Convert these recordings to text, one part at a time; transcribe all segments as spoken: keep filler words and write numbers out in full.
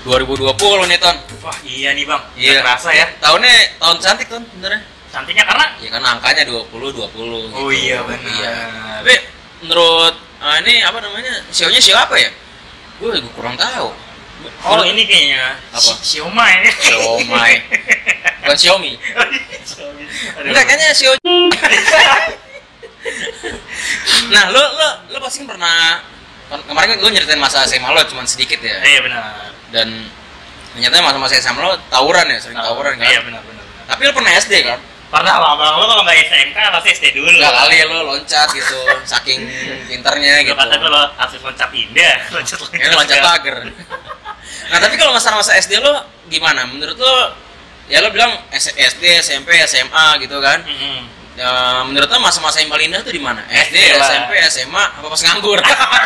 dua ribu dua puluh nih Ton. Wah iya nih Bang, Iya. nggak kerasa ya. Tahunnya tahun cantik Ton sebenarnya. Cantiknya karena Ya kan angkanya dua puluh dua puluh gitu. Oh iya benar. Iya. Tapi menurut ah, ini apa namanya? Sionya sio apa ya? Gue gue kurang tahu. Oh Menurut- ini kayaknya Apa? Si- Siomay ini. Siomay. Bukan Xiaomi. Aduh. Enggak, kayaknya Sio. Nah, lo lo lo pasti kan pernah kemarin kan lo nyeritain masa S M A lo cuman sedikit ya. Iya benar. Dan ternyata masa-masa S M A lo tawuran ya, sering tawuran kan. Iya benar benar. benar. Tapi lo pernah S D kan? Pernah lah Bang, lo kalau nggak S M K pasti S D dulu. Enggak kali lo loncat gitu, saking pintarnya Lo gitu. kata gue lo harus loncat indah, loncat Kayaknya loncat pagar. Nah, tapi kalau masa-masa S D lo gimana? Menurut lo ya lo bilang S D, S M P, S M A gitu kan? Mm-hmm. Ya, menurut lo masa-masa yang paling indah tuh di mana? S D, S D lah. S M P, S M A, apa pas nganggur?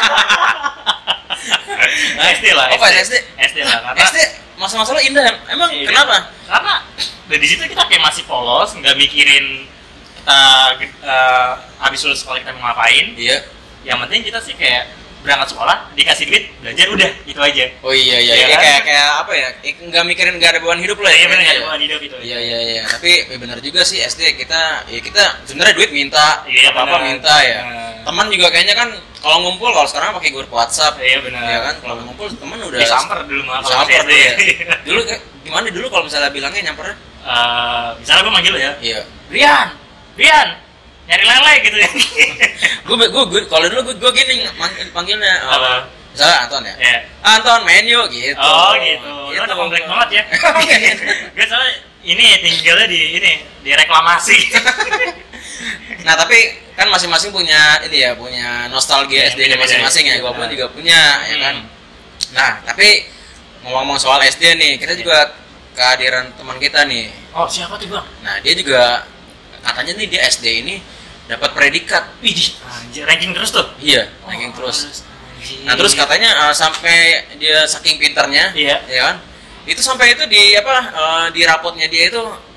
S D lah. Oh, pas S D? S D lah karena S D masa-masa lo indah. Emang Iya. kenapa? Karena dari situ kita kayak masih polos, nggak mikirin kita uh, habis lulus sekolah kita mau ngapain. Iya. Yang penting kita sih kayak berangkat sekolah, dikasih duit, belajar udah, itu aja. Oh iya iya. Iya Ini kan? kayak kayak apa ya? Eh, Nggak mikirin nggak ada beban hidup lo ya. Iya benar, nggak ada Iya. beban hidup itu. Iya iya iya. Tapi ya benar juga sih S D kita ya kita sebenarnya duit minta, Iya, apa-apa benar. minta ya. Nah. Teman juga kayaknya kan kalau ngumpul kalau sekarang pakai grup WhatsApp. Iya benar. Iya kan? Kalau ngumpul teman udah Disamper dulu mah kalau Disamper S D. dulu ya. Dulu kayak- gimana dulu kalau misalnya bilangnya nyampernya? Eh, misalnya gue manggil lo ya, Iya. Rian, Rian, nyari lele gitu ya. gue gue gue kalau dulu gue gue gini manggil panggilnya uh, Apa? misalnya Anton ya. Ya. Anton main yuk gitu. Oh gitu. Lo udah komplek banget ya. Gue soalnya ini tinggalnya di ini di reklamasi. Nah tapi kan masing-masing punya ini ya punya nostalgia Ya, S D-nya beda-beda. masing-masing ya. Gue pun juga punya ya kan. Hmm. Nah tapi ngomong-ngomong soal S D nih, kita juga kehadiran teman kita nih. Oh siapa tuh Bang? Nah dia juga katanya nih dia S D ini dapat predikat. Widih, anjir ranking terus tuh. Iya, Oh, ranking terus. anjir. Nah terus katanya uh, sampai dia saking pintarnya, Iya. ya kan? Itu sampai itu di apa uh, di rapotnya dia itu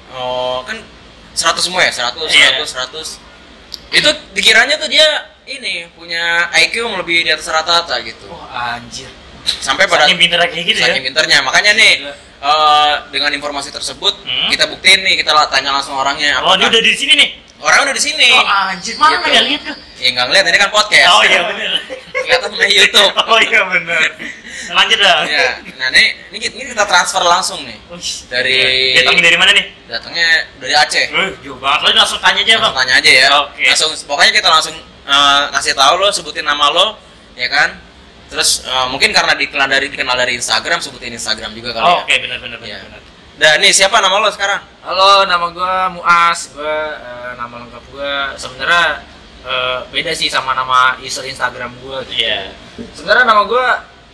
uh, kan seratus semua ya, seratus, Iya. seratus, seratus. Itu dikiranya tuh dia ini punya I Q lebih di atas rata-rata gitu. Oh anjir. Sampai pada Saking pintar kayak gitu ya. saking pintarnya. Makanya nih Gila. uh, dengan informasi tersebut Hmm? kita buktiin nih, kita lah tanya langsung orangnya. Oh dia apakah- udah di sini nih. Orang udah di sini. Oh anjir, mana Gitu. nggak lihat tuh? Ya nggak ngeliat, ini kan podcast. Oh iya bener. Kelihatan main YouTube. Oh iya bener. Lanjut dah. Ya, nah ini, ini kita- ini kita transfer langsung nih. Wih, Dari- Dia datangnya dari mana nih? Datangnya dari Aceh. Eh, jauh banget. Lo langsung tanya aja Langsung Bang. tanya aja ya. Oke. Langsung pokoknya kita langsung uh, ngasih tahu lo, sebutin nama lo, ya kan? Terus uh, mungkin karena dikenal dari dikenal dari Instagram, sebutin Instagram juga kali Oh, ya. oke bener bener bener. Iya. bener. Dan nih siapa nama lo sekarang? Halo, nama gue Muas. Gue eh, nama lengkap gue sebenarnya eh, beda sih sama nama user Instagram gue. Iya. Sebenarnya nama gue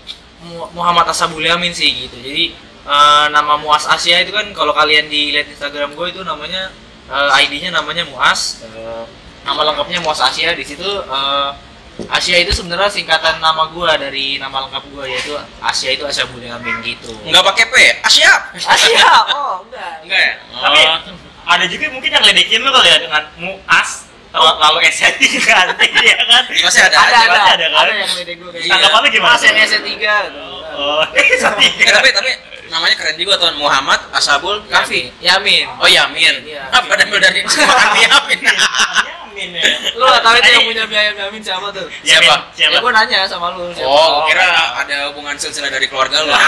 Mu- Muhammad Ashabul Yamin sih gitu. Jadi eh, nama Muas Asia itu kan kalau kalian dilihat Instagram gue itu namanya eh, I D-nya namanya Muas. Eh, nama lengkapnya Muas Asia. Di situ eh, Asia itu sebenarnya singkatan nama gue dari nama lengkap gue, yaitu Asia itu Ashabul Yamin gitu. Enggak pakai P ya? Asia. Asia, oh enggak. Enggak ya? Tapi ada juga mungkin yang ledekin lo kali ya dengan muas Oh. lalu S nya diganti ya kan? Masih ada. ada, aja. ada, ada ada, kan? yang ngedek gue kayak Iya. Tanggapan lo gimana? Mas S tiga gitu. Oh, Eh, tapi tapi namanya keren juga tuh, Muhammad Ashabul Kafi. Yamin. Oh Yamin. Iya. Ah, pada ambil dari sekolah Yamin. Yamin ya. Lu gak tahu itu yang punya biaya Yamin siapa tuh? Siapa? Siapa? Ya gue nanya sama lu siapa. Oh, Oh, kira enggak. ada hubungan silsilah dari keluarga lo.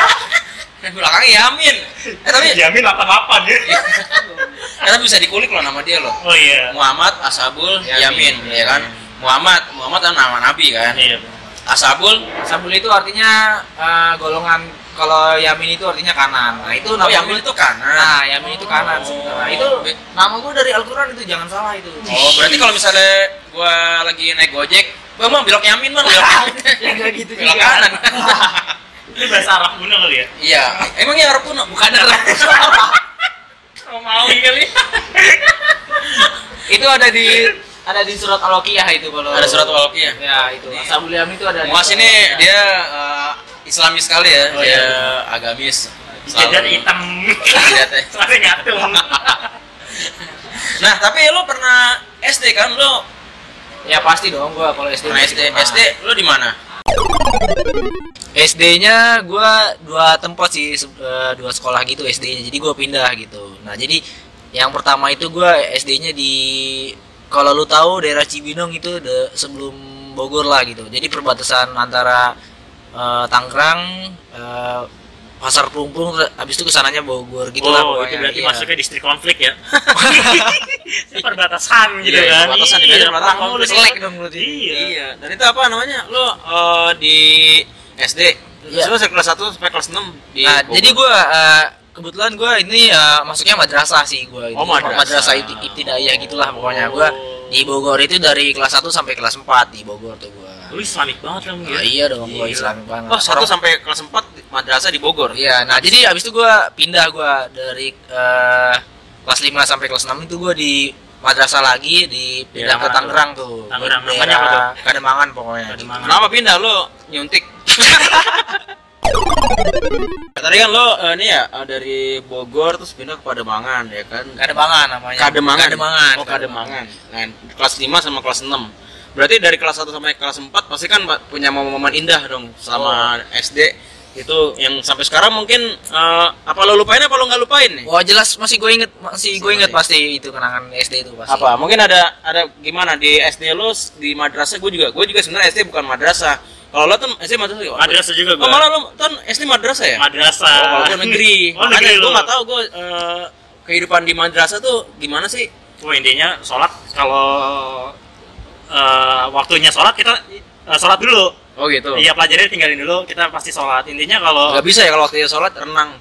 Kan belakangnya Yamin. Eh tapi Yamin delapan delapan ya. eh, tapi bisa dikulik loh nama dia loh. Oh iya. Muhammad Ashabul Yamin, Yamin, ya kan? Muhammad, Muhammad kan nama nabi kan? Iya. Ashabul, Sabul itu artinya eh, golongan, kalau Yamin itu artinya kanan. Nah, itu oh nama Yamin itu kanan. Nah, Yamin itu kanan Oh. sebenarnya. Itu nama gue dari Al-Qur'an itu, jangan salah itu. Oh, berarti kalau misalnya gua lagi naik Gojek, bang bang belok Yamin bang, belok Yamin. Ya enggak gitu Belok juga. kanan. Itu bahasa Arab kuno kali ya? Iya, emangnya Arab kuno bukan Arab. Romawi kali. Itu ada di ada di surat Al-Waqiah itu kalau Ada surat Al-Waqiah. Ya, itu. Ashabul Yamin itu ada di Muas surat ini Al-Waqiah. dia uh, Islamis sekali ya, Oh, dia iya. agamis. Jajar Selalu- hitam. Jidatnya. Selalu ngatung. Nah, tapi lo pernah S D kan? Lo Ya pasti dong gua kalau S D. pernah S D. S D lo di mana? S D-nya gua dua tempat sih, se- eh, dua sekolah gitu S D-nya. Jadi gua pindah gitu. Nah, jadi yang pertama itu gua S D-nya di, kalau lu tahu daerah Cibinong itu de, sebelum Bogor lah gitu. Jadi perbatasan antara eh, Tangerang, eh, Pasar Plumpung, terus habis itu kesananya Bogor gitu lah Oh, pokoknya. itu berarti Iya. masuknya distrik konflik ya. Ini perbatasan gitu Iya, kan. perbatasan di Iya, Medan, perang perbatasan mulu Selek sih. dong berarti. Iya. Iya, dan itu apa namanya? Lo eh, di S D, Iya. terus dari kelas satu sampai kelas enam di Nah, Bogor. jadi gua eh, kebetulan gua ini eh, masuknya madrasah sih gua. Oh, madrasah. Madrasah ibti- ibtidaiyah gitulah pokoknya. Gua di Bogor itu dari kelas satu sampai kelas empat di Bogor tuh gua. Lu Islamik banget dong Nah, ya. iya dong, gua Gila. Islam banget. Oh, satu Orang- sampai kelas empat di- madrasah di Bogor. Iya, nah jadi abis itu gua pindah gua dari eh, kelas lima sampai kelas enam itu gua di madrasah lagi, di pindah Daerah ke mana Tangerang tuh. Tangerang, Gua di namanya apa daerah Kademangan pokoknya. Kademangan. Kenapa pindah lo nyuntik? Tadi kan lo eh, ini ya eh, dari Bogor terus pindah ke Pademangan ya kan? Kademangan namanya. Kademangan. Kademangan. Oh, Kademangan. Nah, kelas lima sama kelas enam. Berarti dari kelas satu sampai kelas empat pasti kan punya momen-momen indah dong sama S D itu yang sampai sekarang mungkin eh, apa lo lupain apa lo nggak lupain nih? Wah, jelas masih gue inget, masih gue inget masih. pasti itu kenangan S D itu pasti. Apa? Mungkin ada ada gimana di S D lo di madrasah gue juga gue juga sebenarnya S D bukan madrasah. Kalau lo tuh S D madrasah juga? Madrasah juga Oh, gua. malah lo kan S D madrasah ya? Madrasah. Oh, kalau gue negeri. Oh, negeri Makanya lu. gue nggak tahu gue eh, kehidupan di madrasah tuh gimana sih? Wah, intinya sholat kalau eh, waktunya sholat kita eh, sholat dulu. Oh gitu. Iya, pelajarannya tinggalin dulu, kita pasti sholat. Intinya kalau Gak bisa ya kalau waktu sholat renang.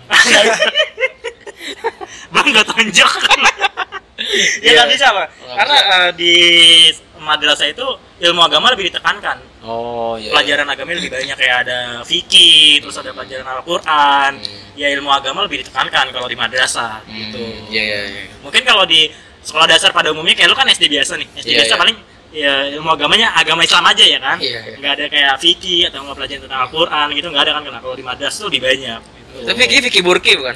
Bang gak tonjok. Ya Iya. nggak bisa Pak. Nggak Karena bisa. eh, di madrasah itu ilmu agama lebih ditekankan. Oh iya. Pelajaran agama lebih banyak, kayak ada fikih, terus ada pelajaran Al-Qur'an. Hmm. Ya ilmu agama lebih ditekankan kalau di madrasah Hmm, gitu. Iya iya iya. Mungkin kalau di sekolah dasar pada umumnya kayak lu kan S D biasa nih. S D Iya, biasa iya. paling ya ilmu agamanya agama Islam aja ya kan. Iya, iya. Nggak ada kayak fikih atau nggak pelajaran tentang Al-Qur'an gitu, nggak ada kan. Kenapa kalau di madrasah tuh lebih banyak gitu. Tapi Vicky Vicky Burki bukan?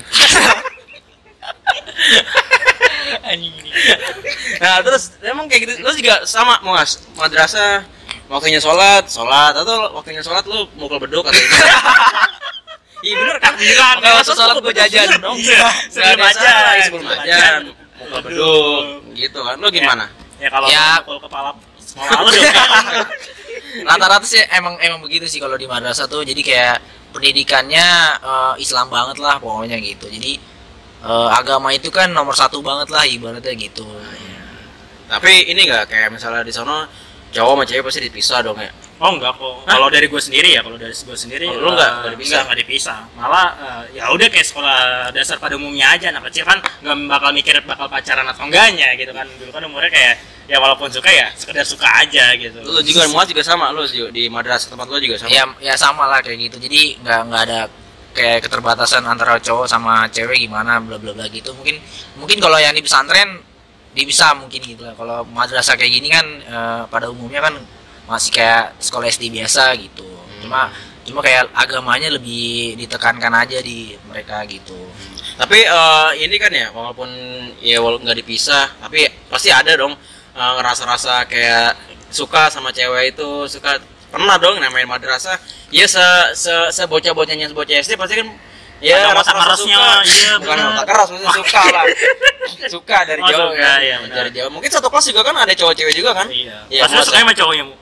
Nah terus emang kayak gitu, lu juga sama Mas, madrasah waktunya sholat, sholat atau waktunya sholat lu mukul beduk atau ini? Iya bener, takbiran. Kalau waktu sholat gua jajan. dong. Iya, sebelum Nggak ada ajan, salah, sebelum sebelum ajan, ajan. mukul beduk, gitu kan? Lu gimana? Ya kalau Ya. mukul kepala sekolah lu dong. Rata-rata sih emang emang begitu sih kalau di madrasah tuh. Jadi kayak pendidikannya eh, Islam banget lah pokoknya gitu. Jadi eh, agama itu kan nomor satu banget lah ibaratnya gitu. Tapi ini nggak kayak misalnya di sana cowok sama cewek pasti dipisah dong ya? Oh enggak kok. Kalau dari gue sendiri ya, kalau dari gue sendiri Oh, lu nggak? eh, Nggak dipisah? nggak dipisah. Malah eh, ya udah kayak sekolah dasar pada umumnya aja. Anak kecil kan nggak bakal mikir bakal pacaran atau enggaknya gitu kan. Dulu kan umurnya kayak ya walaupun suka ya sekedar suka aja gitu. Lu juga Muaz juga sama, lu juga di madrasah tempat lu juga sama? Ya ya sama lah kayak gitu. Jadi nggak nggak ada kayak keterbatasan antara cowok sama cewek gimana bla bla bla gitu. Mungkin mungkin kalau yang di pesantren dia bisa mungkin gitu lah. Kalau madrasah kayak gini kan eh, pada umumnya kan masih kayak sekolah S D biasa gitu. Cuma cuma kayak agamanya lebih ditekankan aja di mereka gitu. Tapi eh, ini kan ya, walaupun ya walaupun nggak dipisah, tapi pasti ada dong eh, ngerasa-rasa kayak suka sama cewek itu, suka pernah dong namanya madrasah. Ya se se sebocah-bocahnya sebocah S D pasti kan ya Ada rasa-rasa otak-kerasnya, suka. iya, Bukan benar. otak keras, maksudnya suka lah. Suka dari Oh, jauh suka, kan. iya, benar. Dari jauh. Mungkin satu kelas juga kan ada cowok-cewek juga kan? Iya. Iya, Pas lu masa- suka sama cowoknya, Mu.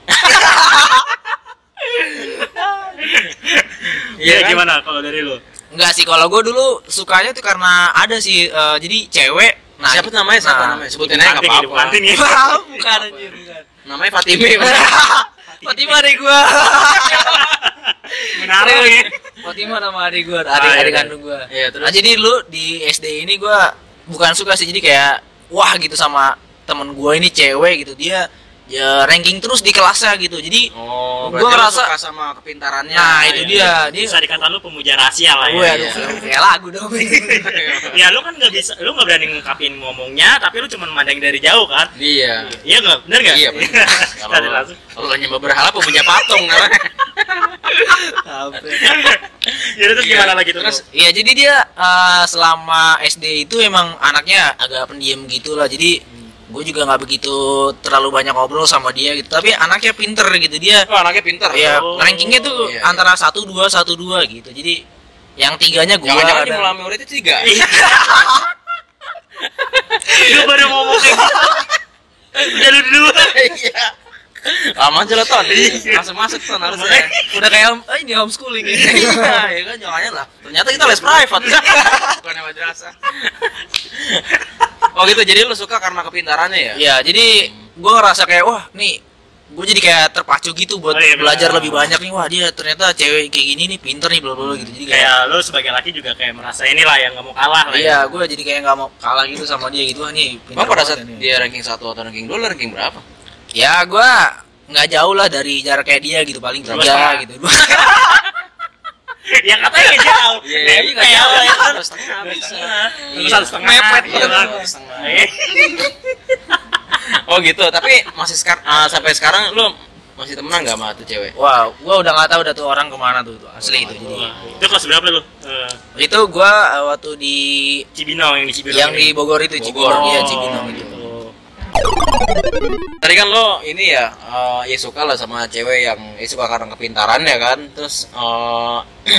Iya, kan? gimana kalau dari lu? Enggak sih, kalau gue dulu sukanya tuh karena ada sih eh, jadi cewek. Nah, Siapa namanya? Siapa nah, namanya? Sebutin aja nggak Kantin gitu, apa-apa. kantin gitu. bukan anjir, bukan. Namanya Fatime. Fatimah adik gua. Menarik nih. Fatimah nama adik gua, adik Ah, iya, adik iya. kandung gua. Iya, terus? Nah, jadi dulu di S D ini gua bukan suka sih, jadi kayak wah gitu sama temen gua ini cewek gitu. Dia ya ranking terus di kelasnya gitu. Jadi Oh, Gua berarti lu ngerasa- suka sama kepintarannya. nah, itu Iya. dia. Dia Bisa dikata lu pemuja rahasia lah ya. gue aduh iya. kayak lagu dong. Ya lu kan nggak bisa, lu nggak berani ngungkapin ngomongnya, tapi lu cuma mandang dari jauh kan? Iya. Iya nggak, bener nggak? Iya, bener. Tadi langsung. Kalau kalau nyembah berhala punya patung namanya. Jadi terus Iya. gimana lagi tuh? Terus Iya, jadi dia eh, selama S D itu emang anaknya agak pendiam gitu lah. Jadi gue juga nggak begitu terlalu banyak ngobrol sama dia gitu, tapi anaknya pinter gitu dia. Oh, anaknya pinter. Ya Oh. rankingnya tuh Iya, iya. antara satu dua satu dua gitu, jadi yang tiganya gue Jangan-jangan ada. jumlah muridnya tiga. Lu baru ngomong kayak gitu. Udah lu duluan. Iya. Lama aja lo, Ton. Langsung masuk, Ton, harusnya. Udah kayak oh, ini homeschooling ini. Iya, ya kan jangannya lah. Ternyata kita les private. Bukan madrasah. Oh gitu, jadi lu suka karena kepintarannya ya? Ya jadi gue ngerasa kayak wah nih gue jadi kayak terpacu gitu buat Oh, iya, belajar benar. lebih banyak nih, wah dia ternyata cewek kayak gini nih pinter nih bla bla bla gitu, jadi kayak Kayak lu sebagai laki juga kayak merasa inilah yang nggak mau kalah lah. iya Ya. gue jadi kayak nggak mau kalah gitu sama dia gitu, wah nih pinter Emang pada banget saat nih. dia ranking satu atau ranking dua, lu ranking berapa? Ya gue nggak jauh lah dari jarak kayak dia gitu, paling Dua tiga setengah. gitu. Yang katanya kayak jauh. Iya, iya, Nempel, nggak jauh, ya kan? dua setengah Dua bisa. setengah. Iya. Lu satu setengah. Mepet Iya, banget. kan? Setengah. Iya. Oh gitu, tapi masih sekarang sampai sekarang lu masih temenan nggak sama tuh cewek? Wah gue udah nggak tahu udah tuh orang kemana tuh, tuh asli itu. Jadi Wah, itu kelas berapa lu? Eh, itu gue waktu di Cibinong yang di Cibinong. yang ini. di Bogor itu Bogor. Cibinong, iya Oh, Cibinong itu. gitu. Tadi kan lo ini ya, eh, ya suka lah sama cewek yang ya suka karena kepintarannya kan, terus eh,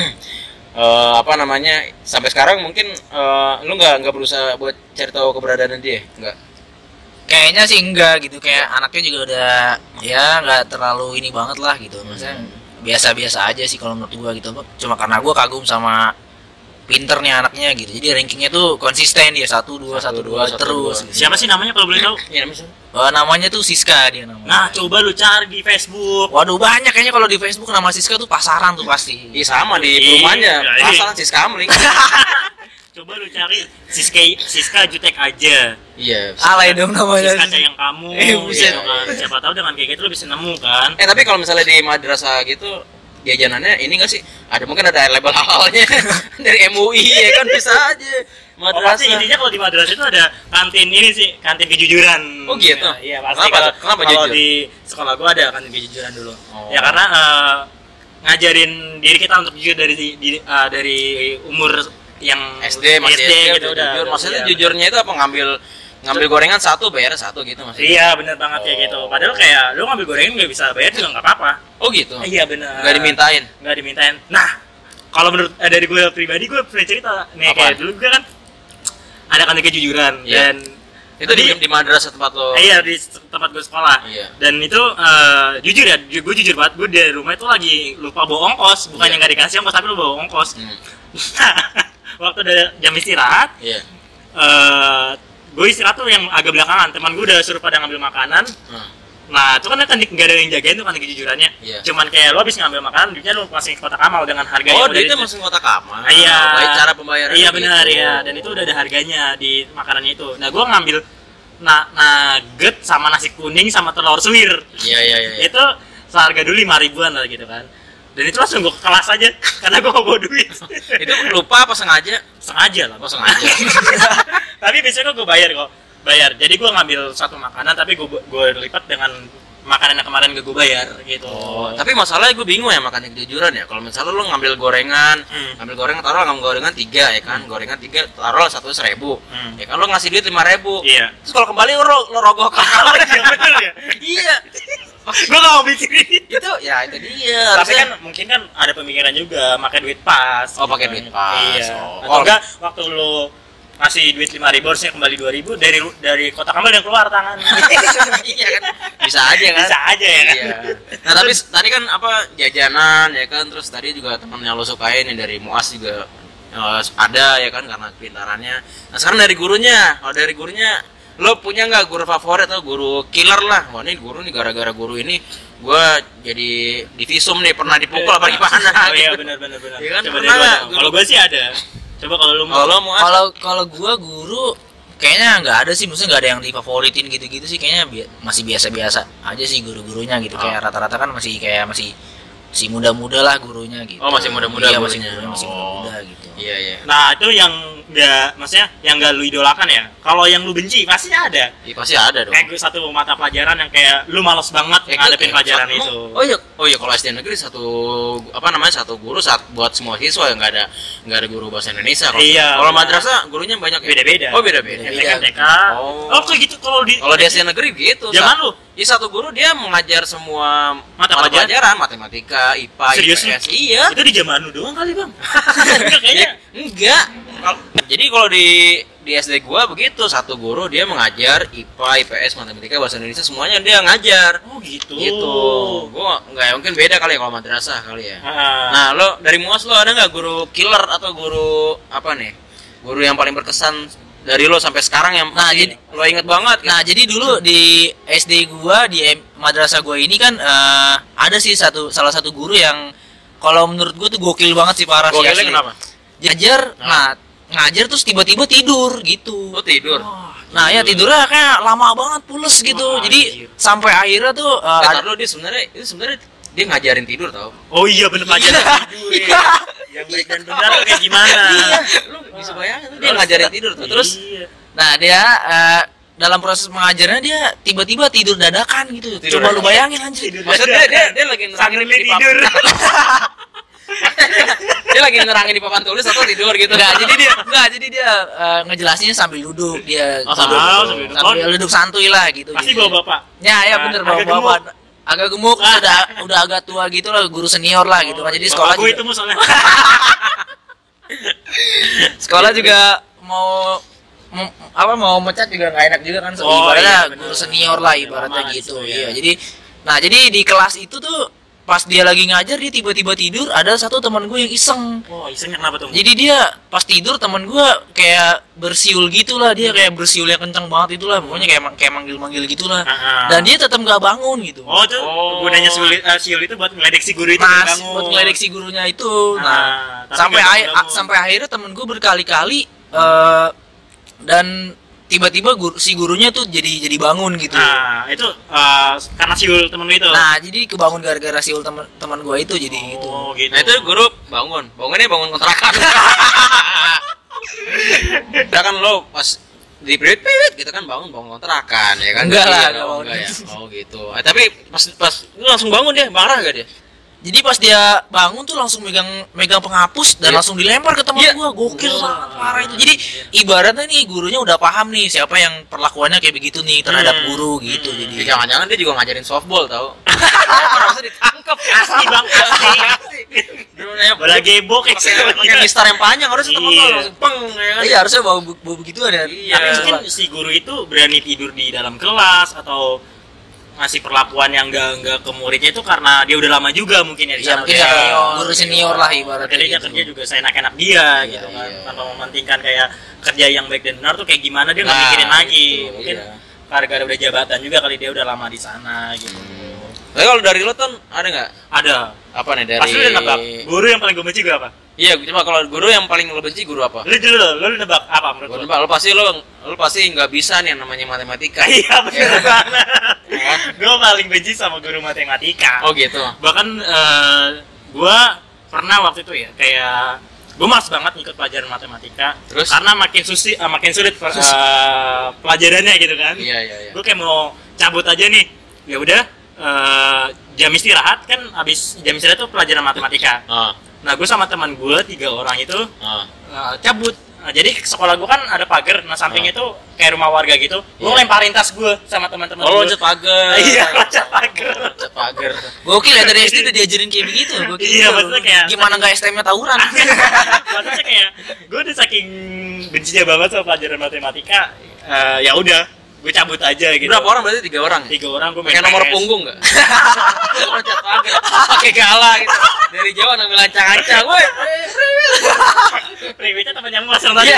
eh, apa namanya, sampai sekarang mungkin eh, lu nggak nggak berusaha buat cari tahu keberadaan dia, nggak? Kayaknya sih enggak gitu, kayak anaknya juga udah ya nggak terlalu ini banget lah gitu, maksudnya biasa-biasa aja sih kalau menurut gua gitu, cuma karena gua kagum sama pinternya anaknya gitu, jadi rankingnya tuh konsisten dia satu dua Satu, satu dua, dua satu, terus dua. gitu. Siapa sih namanya kalau boleh tahu? Iya namanya siapa? Oh, namanya tuh Siska dia namanya. Nah, coba lu cari di Facebook. Waduh banyak kayaknya kalau di Facebook nama Siska tuh pasaran tuh pasti. Iya sama di Iya, perumahannya, iya. pasaran sis kamling. Coba lu cari Siska Siska Jutek aja. Iya. Alay dong namanya. Siska sayang kamu. Eh, buset. gitu kan. Siapa tahu dengan kayak gitu lu bisa nemu kan. Eh tapi kalau misalnya di madrasah gitu, jajanannya ini nggak sih? Ada mungkin ada label halalnya dari M U I ya kan, bisa aja. Oh, pasti Madrasah. intinya kalau di madrasah itu ada kantin ini sih, kantin kejujuran. Oh, gitu? Ya, iya pasti. Kenapa? Kalau Kenapa kalau jujur? di sekolah gua ada kantin kejujuran dulu. Oh. Ya karena eh, ngajarin diri kita untuk jujur dari di, eh, dari umur yang S D masih S D, gitu udah udah. jujur. Maksudnya Iya, jujurnya itu apa, ngambil ngambil gorengan satu bayar satu gitu bener. maksudnya? Iya benar banget kayak Oh. gitu. Padahal kayak lu ngambil gorengan nggak bisa bayar juga nggak apa-apa. Oh gitu. Iya benar. Nggak dimintain. Nggak dimintain. Nah, kalau menurut eh, dari gue pribadi gue pernah cerita nih Apaan? kayak dulu gue kan ada kantin kejujuran Iya. dan Itu di, di madrasah tempat lo. Eh, iya di tempat gue sekolah. Iya. Dan itu eh, jujur ya, gue jujur banget gue dari rumah itu lagi lupa bawa ongkos, bukan Iya. yang nggak dikasih ongkos tapi lu bawa ongkos. Hmm. Waktu ada jam istirahat, Iya. eh gue istirahat tuh yang agak belakangan. Teman gue udah suruh pada ngambil makanan. Hmm. Nah, itu kan kan nggak ada yang jagain tuh kan kejujurannya. Iya. Cuman kayak lo habis ngambil makanan, duitnya lo kasih ke kotak amal dengan harga Oh, yang udah duitnya di- masuk kotak amal. Ah, iya. Baik cara pembayarannya. Iya benar gitu. ya. Dan itu udah ada harganya di makanannya itu. Nah, gue ngambil na nugget sama nasi kuning sama telur suwir. Iya iya iya. Itu seharga dulu lima ribuan lah gitu kan. Dan itu langsung gue ke kelas aja karena gue gak bawa duit. Itu lupa apa sengaja? Sengaja lah. Oh sengaja. Tapi biasanya gue bayar kok. Bayar. Jadi gue ngambil satu makanan tapi gue gue lipat dengan makanan yang kemarin gak gue bayar gitu. Oh, tapi masalahnya gue bingung ya makan kejujuran ya. Kalau misalnya lo ngambil gorengan, Hmm. ngambil gorengan taruh ngambil gorengan tiga ya kan, gorengan tiga taruh satu seribu, Hmm. ya kan lo ngasih duit lima ribu. Iya. Terus kalau kembali lo lo rogoh ke Oh, iya bener ya. Iya. Gue gak mau mikirin. Itu ya itu dia. Tapi harusnya- kan mungkin kan ada pemikiran juga pakai duit pas. Oh, pakai duit pas. Iya. Oh. Atau enggak waktu lu ngasih duit lima ribu harusnya kembali dua ribu dari dari kotak amal yang keluar tangan. iya kan, bisa aja kan. Bisa aja ya kan. Iya. Nah tapi s- tadi kan apa jajanan ya kan, terus tadi juga teman yang lo sukain yang dari Muas juga eh, ada ya kan karena pintarannya. Nah sekarang dari gurunya, kalau dari gurunya lo punya nggak guru favorit atau guru killer lah? Wah ini guru nih gara-gara guru ini gua jadi divisum nih, pernah dipukul apa gimana? Oh iya gitu. benar benar benar. Iya kan, Coba pernah dari gua nggak? dong. Kalau gue sih ada. Coba kalau lu Kalau mau. lo Muas, Kalau kalau gua guru kayaknya nggak ada sih, maksudnya nggak ada yang difavoritin gitu-gitu sih, kayaknya bi- masih biasa-biasa aja sih guru-gurunya gitu, kayak rata-rata kan masih kayak masih masih muda-muda lah gurunya gitu. Oh, masih muda-muda Iya, masih gurunya. gurunya masih Oh. muda-muda gitu. iya iya. Nah, itu yang nggak, maksudnya yang nggak lu idolakan ya. Kalau yang lu benci pasti ada. Iya pasti ada dong. Kayak gue satu mata pelajaran yang kayak lu malas banget Ya, ngadepin kayak pelajaran satu- itu. Oh iya, oh iya kalau S D negeri satu apa namanya satu guru saat buat semua siswa yang nggak ada nggak ada guru bahasa Indonesia. Kalau Iya, kalau benar. madrasah gurunya banyak ya? Beda-beda. Oh beda-beda. M T K, M T K. Oh. Oh, kayak gitu kalau di Kalau di S D negeri gitu. Zaman Sa- lu? Iya satu guru dia mengajar semua Mata mata pelajaran? pelajaran, matematika, I P A, Serius I P lu? S. Iya. Itu di zaman lu doang kali, Bang. Enggak kayaknya. Ya, enggak. Kal- Jadi kalau di di S D gua begitu, satu guru dia mengajar I P A, I P S, matematika, bahasa Indonesia semuanya dia ngajar. Oh, gitu. Gitu. Gua nggak mungkin beda kali ya kalau madrasah kali ya. Ah. Nah, lo dari M U A S lo ada nggak guru killer atau guru apa nih? Guru yang paling berkesan dari lo sampai sekarang yang Nah, masih jadi- lo inget banget? Nah, jadi dulu di S D gua di em- madrasah gua ini kan eh, ada sih satu salah satu guru yang kalau menurut gua tuh gokil banget sih, parah sih. Gokilnya asli. kenapa? Ngajar, Nah. nah, ngajar terus tiba-tiba tidur gitu. Lo tidur. Nah, ya tidurnya kayak lama banget pules gitu. Wah, Jadi anjir. sampai akhirnya tuh eh, Eh, ada- tar lo dia sebenarnya itu sebenarnya dia ngajarin tidur tau? Oh iya bener pelajaran tidur. Iya. Yang baik dan benar tuh kayak gimana? Iya, lu bisa bayangin tuh dia ngajarin tidur tuh. Terus Iya. nah, dia eh, dalam proses mengajarnya dia tiba-tiba tidur dadakan gitu. Tidur Coba lu dadakan. bayangin anjir. Tidur maksudnya dia, dia, dia lagi nerangin Sambil di papan tidur. dia lagi nerangin di papan tulis atau tidur gitu. Enggak, jadi dia enggak, jadi dia eh, ngejelasinnya sambil duduk. Dia Oh, tidur, sambil- sambil duduk. sambil duduk santuy lah gitu. Pasti Jadi- bawa bapak. Ya, ya Nah, bener agak bawa-bawa. gemuk. Agak gemuk, Ah. udah udah agak tua gitu lah, guru senior lah gitu kan. Jadi sekolah gue juga, itu soalnya. sekolah juga mau mau- apa mau mecat juga nggak enak juga kan. So, Oh, ibaratnya iya, bener. guru senior lah ibaratnya Lama gitu. gitu, Iya, ya. jadi nah jadi di kelas itu tuh pas dia lagi ngajar dia tiba-tiba tidur, ada satu teman gue yang iseng. Oh, isengnya kenapa tuh? Jadi dia pas tidur teman gue kayak bersiul gitulah, dia kayak bersiul yang kencang banget itulah, pokoknya kayak kayak manggil-manggil gitulah. Ah, ah. Dan dia tetap nggak bangun gitu. Oh, tuh Oh. gunanya siul, eh, siul itu buat ngeledek si guru itu Mas, bangun. buat ngeledek si gurunya itu. Ah, Nah, tapi sampai nggak akhir bangun. sampai akhirnya temen gue berkali-kali eh, dan tiba-tiba guru, si gurunya tuh jadi jadi bangun gitu. Nah, itu eh, karena siul temen lu itu. Nah, jadi kebangun gara-gara siul teman teman gue itu jadi gitu. Oh, gitu. Nah itu guru bangun, bangunnya bangun kontrakan. Udah kan lo pas di period period gitu kan bangun bangun kontrakan ya kan? Enggak lah, Iya, enggak oh, bangun enggak ya. gitu. Oh gitu. Eh, tapi pas pas lu langsung bangun dia, marah gak dia? Jadi pas dia bangun tuh langsung megang megang penghapus dan Iya. langsung dilempar ke teman Iya. gua. Gokil Wah. banget parah itu. Jadi ibaratnya nih gurunya udah paham nih siapa yang perlakuannya kayak begitu nih terhadap Hmm. guru gitu. Hmm. Jadi Ya, jangan-jangan dia juga ngajarin softball tau? Harusnya ditangkap. Asli bang, asli. Bola gebok ya. Pakai pakai mistar yang panjang harusnya temen lo Iya. langsung peng ya kan? iya harusnya bawa bawa begitu ada. Iya. Tapi mungkin si guru itu berani tidur di dalam kelas atau ngasih perlakuan yang enggak enggak ke muridnya itu karena dia udah lama juga mungkin ya di Iya, sana. mungkin Udah- senior, guru senior lah ibaratnya Akhirnya dia gitu. kerja juga seenak-enak dia Iya, gitu kan, iya. tanpa mementingkan kayak kerja yang baik dan benar tuh kayak gimana dia nggak Nah, mikirin lagi. itu, Mungkin iya. gara-gara udah jabatan juga kali dia udah lama di sana gitu. Tapi kalau dari lo Ton ada nggak? Ada. Apa nih dari? Pasti lu udah nebak. Guru yang paling gue benci gue apa? Iya, coba kalau guru yang paling lo benci guru apa? Lu dulu lo, lu nebak apa menurut Guru lo? nebak, lo pasti lo lo pasti nggak bisa nih yang namanya matematika. Iya bener Iya. banget. Ya. Gue paling benci sama guru matematika. Oh gitu. Bahkan eh, gue pernah waktu itu ya kayak gue malas banget ngikut pelajaran matematika. Terus? Karena makin susi, eh, makin sulit eh, pelajarannya gitu kan. Iya iya iya. Gue kayak mau cabut aja nih. Ya udah eh, jam istirahat kan habis jam istirahat tuh pelajaran matematika. Ah, Nah gue sama teman gue tiga orang itu ah. eh, cabut. Nah, jadi sekolah gue kan ada pagar. Nah sampingnya tuh kayak rumah warga gitu. Gue Iya. lemparin tas gue sama teman-teman. Oh, lo gue. loncat pagar. Iya loncat pagar. Loncat pagar. Gokil ya dari S D udah diajarin kayak begitu. Gokil. Iya, juga. maksudnya kayak- gimana nggak S T M-nya tawuran? Maksudnya kayak gue udah saking bencinya banget sama pelajaran matematika. eh, ya udah gue cabut aja gitu. Berapa orang berarti tiga orang? Tiga orang gue main Pakai nomor P S. punggung nggak? Loncat pagar. Pakai gala gitu. Dari jauh ngambil ancang-ancang. Woi. Priwitnya temannya Mas yang tadi. Iya.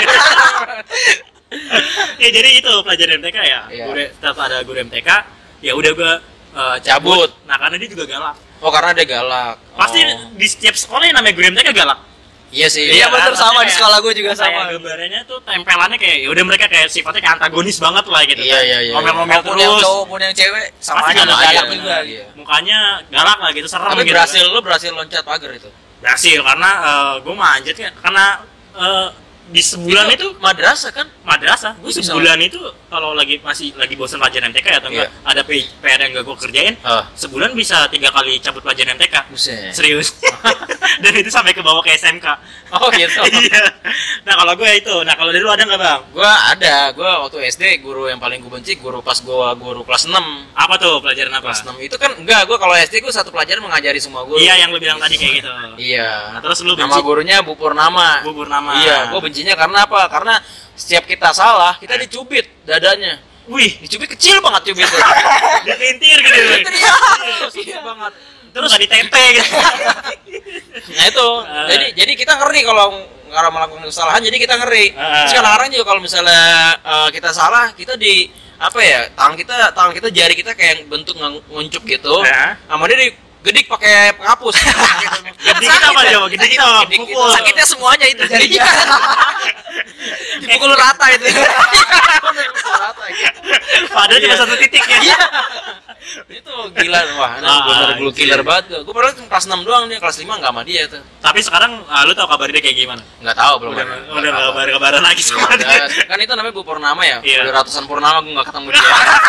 Ya jadi itu pelajaran M T K ya. Iya. Guru tetap ada guru M T K. Ya udah gue eh, Cabut. Nah karena dia juga galak. Oh karena dia galak. Pasti Oh. di setiap sekolah yang namanya guru M T K galak. Iya sih. Iya, bener, kan? sama, Maksudnya di sekolah gue juga kayak sama. gambarannya tuh tempelannya kayak ya udah mereka kayak sifatnya kayak antagonis banget lah gitu. Iya, kan. iya, iya. Ngomel-ngomel Maupun yang terus. cowok maupun yang cewek sama Pasti aja sama galak aja, juga. iya. Mukanya galak lah gitu, serem Tapi gitu. berhasil kan. lo berhasil loncat pagar itu. Berhasil karena gue manjat ya karena eh, di sebulan itu, madrasah kan? madrasah. Gue Bisa sebulan itu kalau lagi masih lagi bosan pelajaran M T K ya, atau enggak Iya. ada P R yang gak gue kerjain, Ah. sebulan bisa tiga kali cabut pelajaran M T K. Buset. Serius. Dan itu sampai ke bawah ke S M K. Oh gitu. Iya. Nah kalau gue itu, nah kalau dari lu ada nggak bang? Gua ada, gua waktu S D guru yang paling gue benci guru pas gua guru kelas enam. Apa tuh pelajaran apa? Kelas enam itu kan enggak, gua kalau S D gua satu pelajaran mengajari semua guru. Iya yang lu bilang tadi kayak gitu. Iya. Nah, terus lu Nama benci gurunya Bu Purnama. Bu Purnama. Iya, gua bencinya karena apa? Karena setiap kita salah, kita dicubit dadanya. Wih, Dicubit kecil banget cubitnya. dipelintir gitu. Iya, kecil banget. Terus nggak ditete gitu. Nah itu, jadi jadi kita ngeri kalau kalau melakukan kesalahan, jadi kita ngeri. Ah. Terus kadang-kadang juga kalau misalnya eh, kita salah, kita di apa ya, tangan kita tangan kita jari kita kayak bentuk ngang- nguncup gitu. Ya. Sama dia digedik pakai penghapus. Gedik kita apa coba? Gedik kita apa? Gedik Pukul. kita. Sakitnya semuanya itu jari. Dipukul rata itu. Dipukul rata gitu. Padahal cuma satu titik ya. Iya. Itu gila, wah, ini Ah, bener guru anjir. killer banget gua. Gua padahal cuma kelas enam doang, dia kelas lima enggak sama dia tuh. Tapi sekarang ah, lu tau kabar dia kayak gimana? Enggak tahu belum. Udah ada. udah nggak kabar-kabaran lagi sama Udah, dia. kan itu namanya Bu Purnama ya. Iya. Udah ratusan purnama gue nggak ketemu dia.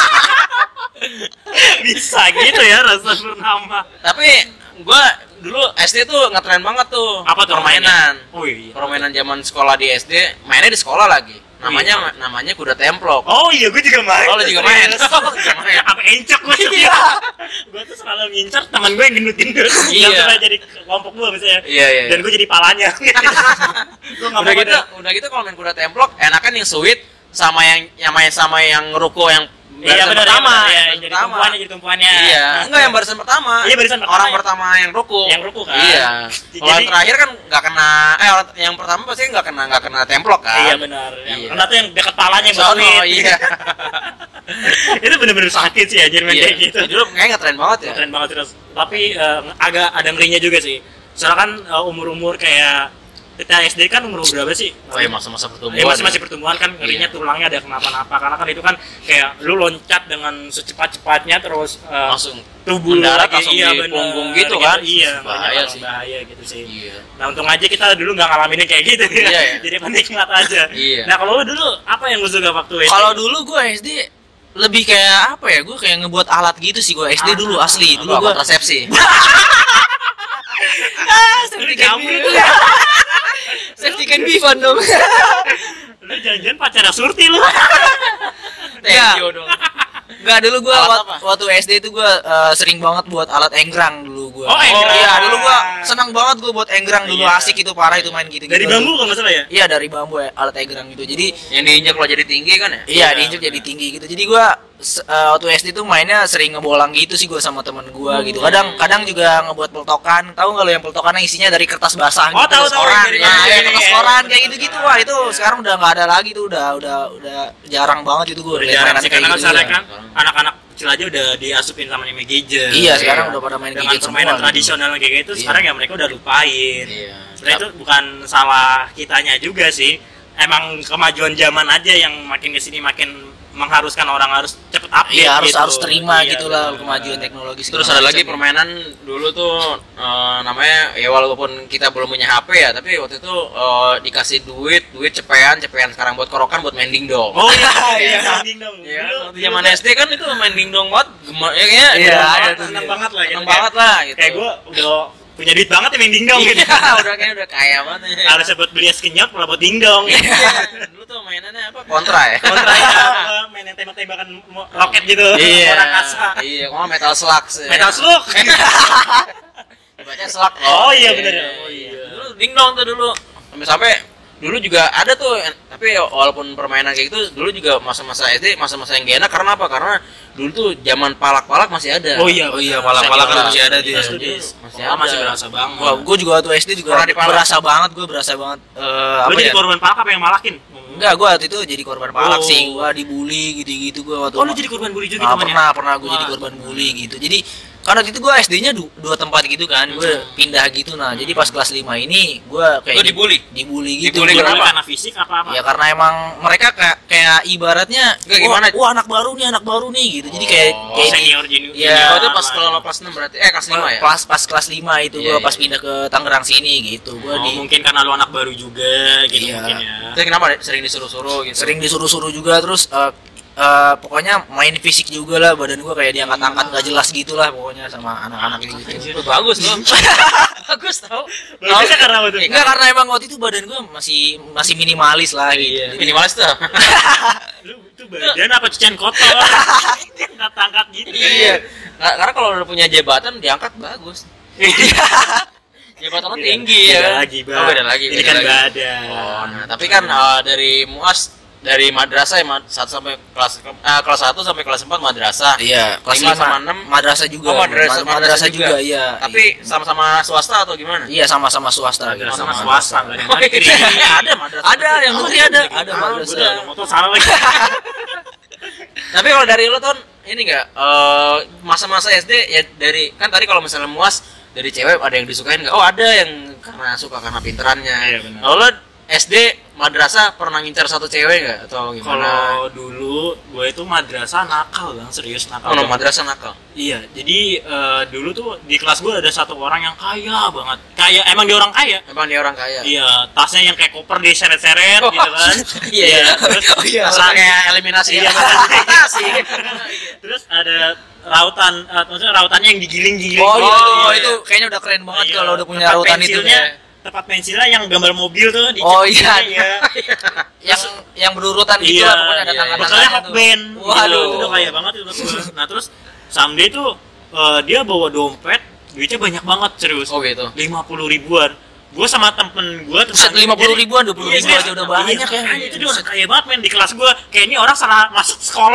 Bisa gitu ya rasa Purnama. Tapi gue dulu S D tuh ngetren banget tuh. Apa tuh permainan? Oh iya. Permainan zaman sekolah di S D, mainnya di sekolah lagi. Namanya namanya kuda templok. Oh iya, gue juga main. Oh, lu juga main. Oh, lu juga main. Apa encok gue tuh. Iya. Gue tuh selalu ngincar teman gue yang gendutin gue. Iya. Yang supaya jadi kelompok gue misalnya. Iya, iya, Dan iya. gue jadi palanya. Gue nggak Udah mau gitu, pada. udah gitu kalau main kuda templok, enakan yang sweet sama yang yang main sama yang ruko yang Iya barisan benar pertama, ya, yang jadi pertama. tumpuannya jadi tumpuannya. Iya, enggak yang barisan pertama. Iya, barisan pertama Orang ya. pertama yang ruku. Yang ruku kan. Iya. Jadi- Kalau yang terakhir kan nggak kena, eh orang yang pertama pasti nggak kena nggak kena templok kan. Iya benar. Yang Iya. kena tuh yang dekat palanya yang Sono, bersuit. iya. Itu bener-bener sakit sih anjir main Iya. kayak gitu. Dulu kayaknya ngetren banget ya. Keren banget terus. Tapi eh, agak ada ngerinya juga sih. Soalnya kan eh, umur-umur kayak kita S D kan umur berapa sih? Oh iya, masa-masa pertumbuhan. Ya, masih masih pertumbuhan kan, ngerinya Iya. tulangnya ada kenapa-napa karena kan itu kan kayak lu loncat dengan secepat-cepatnya terus eh, Langsung tubuh lu mendarat lagi, langsung iya, di bener, punggung gitu kan. Iya, Bahaya bahaya sih. bahaya gitu sih. Iya. Nah untung aja kita dulu nggak ngalamin kayak gitu ya. Iya, ya. Jadi penikmat aja. Iya. Nah kalau lu dulu apa yang lu suka waktu S D? Kalau dulu gue S D lebih kayak apa ya? Gue kayak ngebuat alat gitu sih gue S D dulu asli. Dulu gue kontrasepsi. Lu jambret lu. safety can be fun dong. Lu jangan-jangan pacaran surti lu. Enggak. Thank you dong. Enggak, dulu gua Alat wat- apa? waktu S D itu gua eh, sering banget buat alat enggrang dulu gua. Oh, enggrang. Iya, dulu gua senang banget gua buat enggrang dulu, Iya. asik itu parah itu main gitu. Dari bambu kalau nggak salah ya? Iya, dari bambu ya, alat enggrang gitu. Jadi Yang diinjak kalau jadi tinggi kan ya? iya, Iya, diinjek benar. jadi tinggi gitu. Jadi gua se- eh, waktu S D tuh mainnya sering ngebolang gitu sih gua sama temen gua gitu. Kadang kadang juga ngebuat peltokan. Tahu nggak lo yang peltokannya isinya dari kertas basah Oh, gitu, tahu, kertas tahu, koran. dari- Nah, iya, ya, iya, kertas iya, koran iya. kayak gitu-gitu. Wah, itu sekarang udah nggak ada lagi tuh, udah udah udah jarang banget itu gua Udah lihat jarang mainan sih kayak karena kan gitu. sekarang Iya. kan anak-anak kecil aja udah diasupin sama namanya gadget. Iya, sekarang Iya. udah pada main Dengan gadget permainan semua. tradisional kayak gitu, Iya. sekarang ya mereka udah lupain. Iya. Sebenarnya itu bukan salah kitanya juga sih. Emang kemajuan zaman aja yang makin kesini makin mengharuskan orang harus cepet update. Iya, harus gitu. harus terima Iya, gitu lah benar. kemajuan teknologi. Terus segala ada lagi macam. permainan dulu tuh eh, namanya ya walaupun kita belum punya H P ya, tapi waktu itu eh, dikasih duit, duit cepean, cepean sekarang buat korokan buat main dingdong. Oh iya, iya, ding dong. Iya, Dulu- waktu zaman dulu S D kan itu main dingdong banget, gemar ya kayaknya. Iya, gemar ada banget, tuh seneng dia. banget lah gitu. seneng banget lah gitu. Kayak gue udah punya duit banget ya main dingdong gitu. Iya, udah kayak udah kaya banget. ya. Harusnya buat beli es kenyot malah buat dingdong. Iya, dulu tuh mainannya apa? Kontra ya. Kontra ya, main yang tembak-tembakan mo- roket gitu. Iya. Orang kasa. Iya, kalau Metal Slug. sih. Metal slug. Baca Slug. Oh, iya, bener ya. Oh, iya. Dulu dingdong tuh dulu. Sampai sampai dulu juga ada tuh, tapi walaupun permainan kayak gitu dulu juga masa-masa S D masa-masa yang gak enak. Karena apa? Karena dulu tuh zaman palak-palak masih ada. Oh iya, Oh iya, benar. palak-palak Saya kan juga- masih ada kita dia. studi Masih sekolah ada. masih berasa banget. Wah, gue juga waktu S D juga Pernah dipalak? berasa banget, gue berasa banget eh, Lu apa jadi ya? korban palak apa yang malakin? Enggak, gue waktu itu jadi korban palak Oh. sih. Gue dibully gitu-gitu gue waktu. Oh, lu jadi korban bully juga Ah, temannya? pernah pernah gue jadi Wah. korban bully gitu. Jadi kan waktu itu gue S D-nya du- dua tempat gitu kan, gue Hmm. pindah gitu. Nah, jadi pas kelas lima ini gue kayak Lu dibully? dibully gitu. Dibully Gua- kenapa? Karena fisik apa apa? Ya karena emang mereka kayak kayak ibaratnya Nggak, wah, gimana? wah anak baru nih, anak baru nih gitu. Jadi kayak Oh, kayak senior junior. Iya. Oh, itu pas kalau lo kelas enam berarti eh kelas lima ya? Pas pas kelas lima itu Iya, gue iya, pas iya. pindah ke Tangerang sini gitu. Gue Oh, di mungkin karena lu anak baru juga gitu Iya. mungkin ya. Terus kenapa sering disuruh-suruh gitu? sering disuruh-suruh juga terus eh, eh, pokoknya main fisik juga lah, badan gue kayak diangkat-angkat gak jelas gitulah pokoknya sama anak-anak gitu. Anjir, bagus loh. Bagus tau. Bagusnya karena apa tuh? Enggak, karena emang waktu itu badan gue masih masih minimalis lah gitu. Iya. Jadi- Minimalis tuh. Lu itu badan apa cucian kotor? Angkat-angkat gitu. Iya. Nah, karena kalau udah punya jabatan diangkat bagus. Jabatan lo tinggi ya. Beda kan? lagi, Bang. Oh, beda lagi. Ini beda kan lagi. badan. Oh, nah, tapi kan eh, dari Muas dari madrasah ya ma- satu sampai kelas eh, kelas satu sampai kelas empat madrasah. Iya, kelas Lima lima sama enam. madrasah juga. Oh, madrasah- Ma- madrasah juga, juga. iya. Tapi sama-sama swasta atau gimana? iya sama-sama swasta gitu. Madrasah sama Sama swasta enggak ada Oh, yang negeri. iya, ada madrasah. Ada yang Oh, negeri ada, ada Ah, madrasah. udah, lu motor salah lagi. Tapi kalau dari lo Ton, ini enggak eh, masa-masa S D ya dari kan tadi kalau misalnya Muas dari cewek ada yang disukain nggak? Oh, ada yang karena suka karena pinterannya. Iya, benar. Kalau lo S D madrasah pernah ngincar satu cewek nggak atau gimana? Kalau dulu gue itu madrasah nakal bang, serius nakal. Oh, no, Bang. madrasah nakal. Iya, jadi eh, dulu tuh di kelas gue ada satu orang yang kaya banget. Kaya, emang dia orang kaya. Emang dia orang kaya. Iya, tasnya yang kayak koper diseret-seret Oh, gitu kan. iya, iya. Terus, Oh, iya. Masalah kayak eliminasi Iya, eliminasi. terus ada rautan, eh, maksudnya rautannya yang digiling-giling. Oh, gitu. iya, iya. itu kayaknya udah keren banget Iya, kalau udah punya tempat rautan itu. pensilnya, Ya. tempat pensilnya yang gambar mobil tuh di Oh, iya. iya. Yang yang berurutan gitu Iya, lah pokoknya ada iya, tangan-tangannya Bekalnya tuh. hot band. Waduh. Itu udah kaya banget itu menurut gua. Nah, terus someday tuh eh, dia bawa dompet, duitnya banyak banget serius. Oh gitu. lima puluh ribuan. Gue sama temen gue Buset, lima puluh ribuan, dua puluh Iya, ribu serius. aja udah banyak Iya, ya. makanya itu dia orang kaya banget men di kelas gue. Kayak ini orang salah masuk sekolah.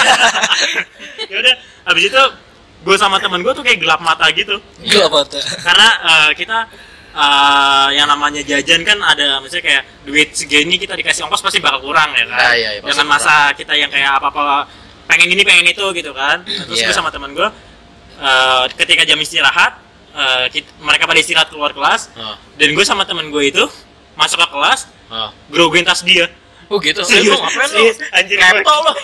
Ya udah, habis itu gue sama temen gue tuh kayak gelap mata gitu. Gila banget. Karena eh, kita eh, yang namanya jajan kan ada misalnya kayak duit segini kita dikasih ongkos pasti bakal kurang ya kan. Ah, iya, iya, pasti Jangan masa kita yang kayak apa-apa pengen ini pengen itu gitu kan. Nah, terus Iya. gue sama temen gue eh, ketika jam istirahat eh, kit- mereka pada istirahat keluar kelas Oh. dan gue sama temen gue itu masuk ke kelas Oh. grogoin tas dia. Oh gitu. Serius, Lu ngapain lu? serius, anjir, gue- Kepto lu.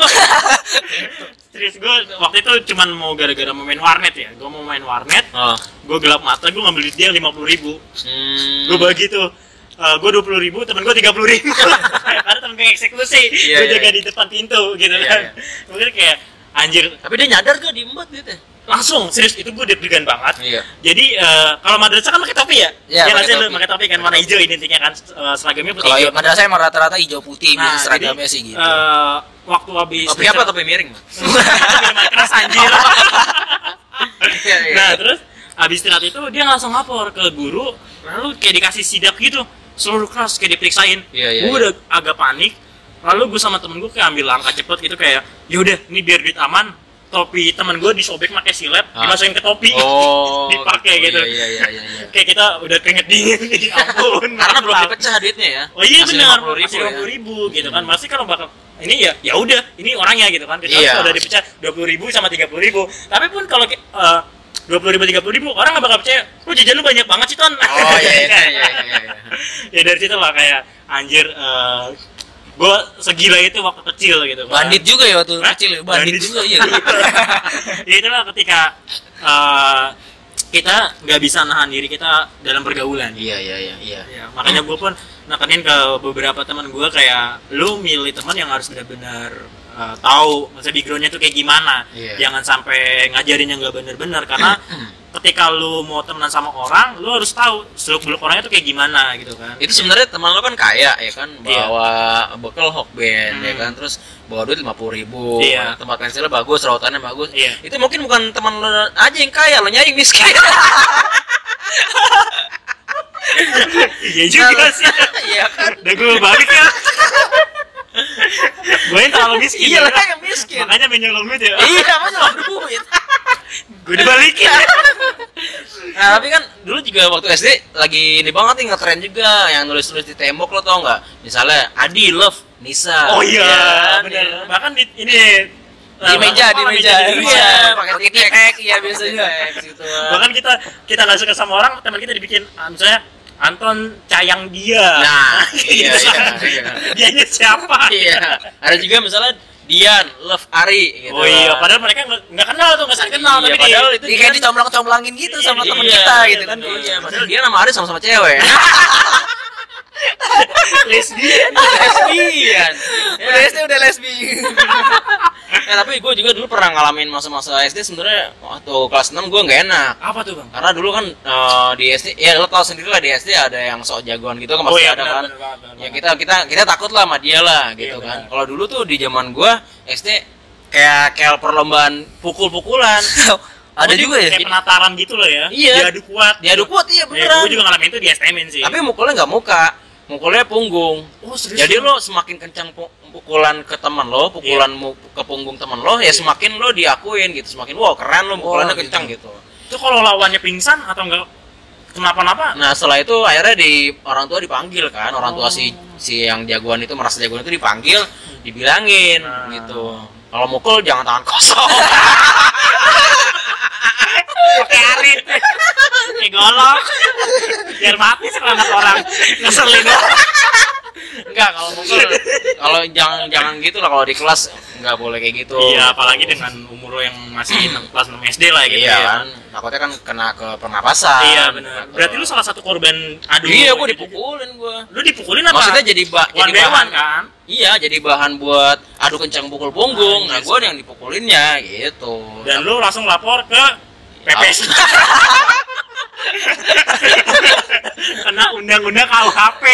Serius gue waktu itu cuman mau gara-gara mau main warnet ya. Gue mau main warnet, Oh. gue gelap mata, gue ngambil duit dia lima puluh ribu. Hmm. Gue bagi tuh uh, gue dua puluh ribu, temen gue tiga puluh ribu. Karena temen gue eksekusi, Iya, gue iya. jaga di depan pintu gitu Iya, kan. iya. Mungkin kayak anjir, Tapi dia nyadar gak diembat duitnya? langsung serius itu gue deg-degan banget. Iya. Jadi uh, kalau madrasah kan pakai topi ya? Iya, Ya, pakai nggak sih lu topi. pakai topi kan warna hijau identiknya kan uh, seragamnya putih Kalau hijau. madrasah emang rata-rata hijau putih Nah, biasa seragamnya sih gitu. uh, waktu habis Topi apa topi miring? Minuman keras anjir. Iya, iya. Nah, terus habis istirahat itu dia langsung lapor ke guru, lalu kayak dikasih sidak gitu, seluruh kelas kayak diperiksain. Iya, iya, gue iya. udah agak panik. Lalu gue sama temen gue kayak ambil langkah cepet gitu kayak, yaudah, ini biar duit aman. Topi temen gue disobek pakai silet, Ah. dimasukin ke topi, Oh. dipakai gitu. Iya iya iya iya. Kayak kita udah keringet dingin nih, ampun. Karena belum dipecah duitnya ya. Oh iya Masih benar, lima puluh ribu masih lima ya. puluh ribu gitu kan. Pasti kalau bakal ini ya ya udah, ini orangnya gitu kan. Kita Iya. udah dipecah dua puluh ribu sama tiga puluh ribu. Tapi pun kalau uh, dua puluh ribu tiga puluh ribu orang nggak bakal percaya. Lu jajan lu banyak banget sih Ton. Oh iya iya iya iya. iya. Ya dari situ lah kayak anjir uh, gue segila itu waktu kecil gitu kan. Bandit juga ya waktu Hah? kecil ya, bandit, Bandit. juga iya. Ya itulah ketika uh, kita nggak bisa nahan diri kita dalam pergaulan. Iya iya iya iya. Ya, makanya gue pun nekenin ke beberapa teman gue kayak lu milih teman yang harus benar-benar uh, tahu masa backgroundnya tuh kayak gimana. Iya. Jangan sampai ngajarin yang nggak benar-benar karena ketika lu mau temenan sama orang, lu harus tahu seluk-beluk orangnya tuh kayak gimana gitu kan. Itu sebenarnya teman lo kan kaya ya kan, Iya. bawa bekal Hokben ya Hmm. kan, terus bawa duit lima puluh ribu, Iya. tempat pensilnya bagus, rautannya bagus. Iya. Itu mungkin bukan teman lo aja yang kaya, lo nya yang miskin. Iya juga sih. Iya kan? Udah gue balik ya. Gue yang terlalu miskin. Iya ya. lah yang miskin. Makanya menyolong duit ya. Iya, mana lo duit. Gue dibalikin. Nah, tapi kan dulu juga waktu S D lagi ini banget nih ngetren juga yang nulis-nulis di tembok lo tau nggak? Misalnya Adi love Nisa. Oh iya, Ya kan? benar. Iya. Bahkan di ini Di meja, di malah meja. di rumah. Iya, pakai titek, iya biasanya. gitu. Bahkan kita kita nggak suka sama orang, teman kita dibikin ah, misalnya Anton sayang dia. Nah, Gitu. iya, iya, iya. Dianya siapa? Iya. Ada juga misalnya Dian, Love Ari gitu. Oh iya, padahal mereka nggak nggak kenal tuh, nggak saling kenal, Iya, tapi padahal di, itu Dia kayak dicomblang-comblangin gitu sama Iya, temen iya, kita iya, gitu kan. betul. Iya, padahal dia sama Ari sama-sama cewek. lesbian. Lesbian. Udah S D udah lesbi. Ya, tapi gue juga dulu pernah ngalamin masa-masa S D sebenarnya waktu kelas enam gue nggak enak. Apa tuh bang? Karena dulu kan eh, di S D, ya lo tau sendiri lah di S D ada yang sok jagoan gitu kan Oh pasti iya, ada benar, kan. benar, benar, benar. Ya kita kita kita takut lah sama dia lah gitu Iya, kan. benar. Kalau dulu tuh di zaman gue S D kayak kayak perlombaan pukul-pukulan. Ada Oh, dia juga ya? kayak penataran gitu loh ya. Iya. Diadu kuat. Diadu kuat iya beneran. gue juga ngalamin itu di S T M-in sih. Tapi mukulnya nggak muka, mukulnya punggung. oh serius? Jadi lo semakin kencang pu- pukulan ke teman lo, pukulan mu- ke punggung teman lo, ya semakin lo diakuin gitu, semakin wow keren lo pukulannya Wah, kencang gitu. itu kalau lawannya pingsan atau enggak kenapa-napa? Nah setelah itu akhirnya di orang tua dipanggil kan, orang tua si si yang jagoan itu merasa jagoan itu dipanggil, dibilangin Nah. gitu. Kalau mukul jangan tangan kosong. Pakai arit. Kayak golok. Biar mati serangan orang. Ngeselin. Enggak, kalau mukul kalau jangan jangan gitu lah kalau di kelas nggak boleh kayak gitu. Iya, apalagi dengan umur lo yang masih enam kelas enam S D lah gitu Iya ya. kan, takutnya kan kena ke pernapasan. Iya benar. Berarti lu salah satu korban adu. Iya, gua dipukulin gua. Lu dipukulin apa? Maksudnya jadi ba one jadi by bahan one kan? Iya, jadi bahan buat adu kencang pukul punggung. Nah, gua yang dipukulinnya gitu. Dan lu langsung lapor ke P P S. Kena undang-undang K U H P.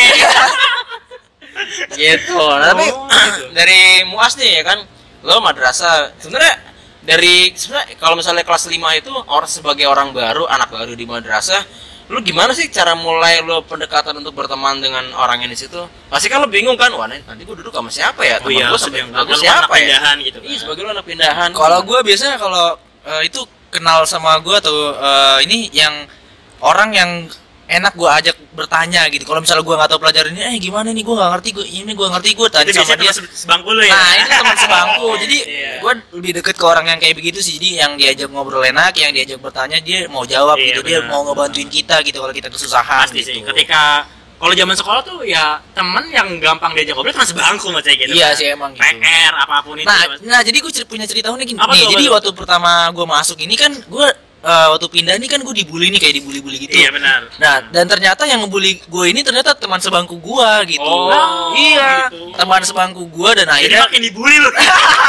gitu. Nah, tapi Oh, gitu. dari muas nih ya kan, lo madrasah sebenarnya dari sebenarnya kalau misalnya kelas lima itu orang sebagai orang baru, anak baru di madrasah, lu gimana sih cara mulai lo pendekatan untuk berteman dengan orang yang di situ? Pasti kan lo bingung kan, wah nanti gue duduk sama siapa ya? Oh Temen iya, gue sampai sedang- gue kalau siapa anak ya? pindahan gitu kan. Iya, sebagai lo anak pindahan. Kalau gue biasanya kalau eh, itu kenal sama gue tuh eh, ini yang orang yang enak gue ajak bertanya gitu. Kalau misalnya gue nggak tahu pelajaran ini, eh gimana nih gue nggak ngerti, gue ini gue ngerti gue tanya Itu sama biasanya dia. teman se- sebangku lu ya. Nah ini teman sebangku, jadi Iya. gue lebih deket ke orang yang kayak begitu sih. Jadi yang diajak ngobrol enak, yang diajak bertanya dia mau jawab Iya, gitu, dia benar. mau ngebantuin kita gitu kalau kita kesusahan. Pasti gitu. sih. Ketika kalau zaman sekolah tuh ya temen yang gampang diajak ngobrol teman sebangku macam gitu. Iya kan. sih emang gitu. P R apapun itu. Nah, Mas. nah jadi gue punya cerita unik gini. Apa Nih, tuh, jadi apa tuh? waktu pertama gue masuk ini kan gue eh, waktu pindah ini kan gue dibully nih kayak dibully-bully gitu. Iya benar. Nah, dan ternyata yang ngebully gue ini ternyata teman sebangku gue gitu. Oh, iya, gitu. teman sebangku gue dan Jadi akhirnya makin dibully lu.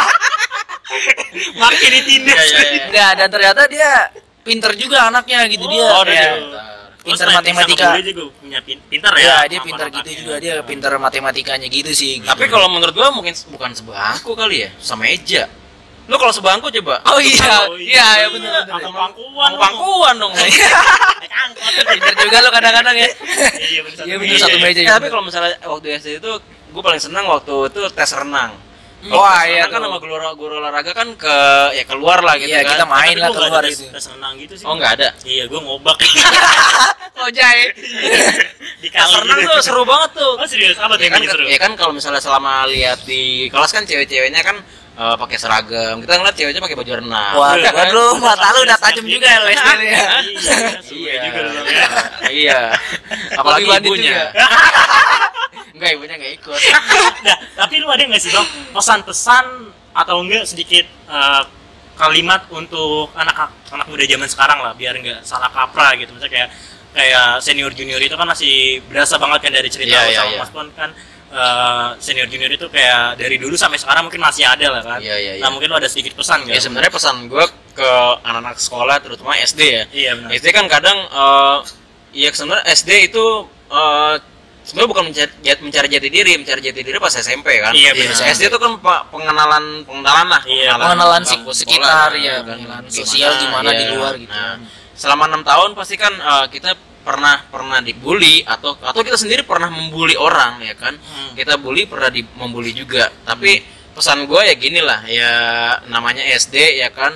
Makin ditindas. Iya, iya, iya. enggak, dan ternyata dia pinter juga anaknya gitu dia. Oh, dia kayak pintar. pinter Oh, matematika. selain bisa ngebully juga punya pin- pinter ya. Iya, dia sama pinter anaknya. gitu juga, dia pinter matematikanya gitu sih. Gitu. Tapi kalau menurut gua mungkin bukan sebangku kali ya, sama meja. Lo kalau sebangku coba. oh iya, Oh, iya, iya benar benar. Atau pangkuan. Bang pangkuan dong. Naik angkot. Pinter juga lo kadang-kadang ya. Iya benar. Iya, bener, satu meja. Ya, tapi kalau misalnya waktu S D itu gue paling senang waktu itu tes renang. Oh, Wah, iya iya kan tuh. sama guru guru olahraga kan ke ya keluar lah gitu Iya, kan. kita main Tapi lah gua nggak keluar ada itu. tes renang gitu sih. Oh, enggak ada. Iya, gua ngobak. Oh, Jai. Di Tes renang tuh seru banget tuh. Oh serius, apa tuh Ya yang kan, bikin seru? ya kan kalau misalnya selama lihat di kelas kan cewek-ceweknya kan eh, pakai seragam. Kita ngeliat ceweknya pakai baju renang. Wah, Iya kan? waduh, mata lu udah tajam juga ya lo S D ya. Iya, seru juga lu Bang, ya. Iya. Apalagi Lebih bandit ibunya. juga. Enggak, ibunya enggak ikut. Nah, tapi lu ada nggak sih Bang pesan-pesan atau enggak sedikit eh, kalimat untuk anak anak muda zaman sekarang lah biar nggak salah kaprah gitu. Misalnya kayak kayak senior junior itu kan masih berasa banget kan dari cerita Iya, lu iya, sama iya. Mas Pon kan eh, senior junior itu kayak dari dulu sampai sekarang mungkin masih ada lah kan. Iya, iya, iya. Nah, mungkin lu ada sedikit pesan Ya nggak? sebenarnya pesan gue ke anak-anak sekolah terutama S D ya. Iya benar. S D kan kadang eh ya sebenarnya S D itu eh sebenarnya bukan mencari, jat- mencari jati diri, mencari jati diri pas S M P kan. Iya, benar. S D itu kan pa- pengenalan pengenalan lah, Iya, pengenalan sek- bangku sekitar, sekolah, ya, kan. pengenalan sosial gimana di luar gitu. Nah, selama enam tahun pasti kan eh, kita pernah pernah dibully atau atau kita sendiri pernah membuli orang ya kan. Hmm. Kita bully pernah di, membuli juga. Tapi pesan gue ya gini lah, ya namanya S D ya kan.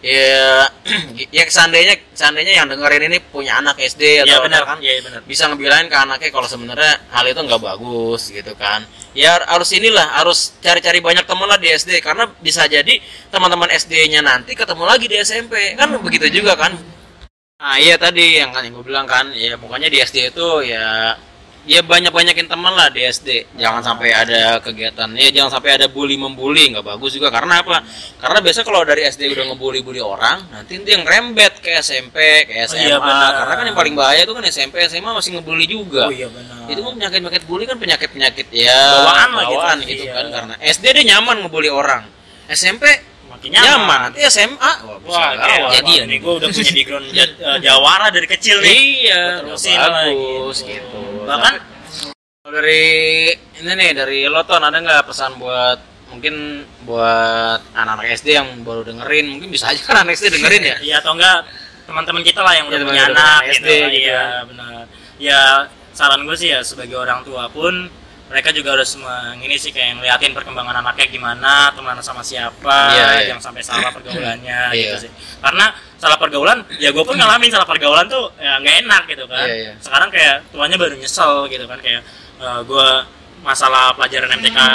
ya ya seandainya seandainya yang dengerin ini punya anak S D atau Iya benar kan Iya benar. bisa ngebilangin ke anaknya kalau sebenarnya hal itu nggak bagus gitu kan. Ya harus inilah, harus cari-cari banyak teman lah di S D, karena bisa jadi teman-teman S D-nya nanti ketemu lagi di S M P kan, begitu juga kan. Nah iya tadi yang kan yang gue bilang kan, ya pokoknya di S D itu ya ya banyak-banyakin teman lah di S D. Jangan sampai ada kegiatan, ya jangan sampai ada bully membuli, nggak bagus juga. Karena apa? Karena biasa kalau dari S D udah ngebully-bully orang, nanti dia ngerembet ke S M P, ke S M A. Oh, iya, benar. Karena kan yang paling bahaya itu kan S M P, S M A masih ngebully juga. Oh iya benar. Itu kan penyakit-penyakit bully kan penyakit-penyakit ya Bawaan lah gitu. bawaan gitu, Iya. kan. Karena S D dia nyaman ngebully orang, S M P makin nyaman, nyaman. nanti S M A wah, bisa Wah, gawat. gawat. Jadi ya nih gue udah punya background ja- eh, jawara dari kecil nih. Iya, Gua terusin lah, bagus gitu. gitu. Bahkan Kalau dari ini nih, dari lo Ton, ada nggak pesan buat mungkin buat anak-anak S D yang baru dengerin? Mungkin bisa aja kan anak S D dengerin ya. iya atau enggak teman-teman kita lah yang udah Ya, punya teman-teman anak S D gitu. gitu Iya ya. benar. Ya saran gue sih ya sebagai orang tua pun mereka juga harus ini sih kayak ngeliatin perkembangan anaknya gimana, teman sama siapa, Iya, iya. jangan sampai salah pergaulannya Iya. gitu sih. Karena salah pergaulan, ya gue pun ngalamin salah pergaulan tuh ya nggak enak gitu kan. Iya, iya. Sekarang kayak tuanya baru nyesel gitu kan, kayak uh, gue masalah pelajaran M T K.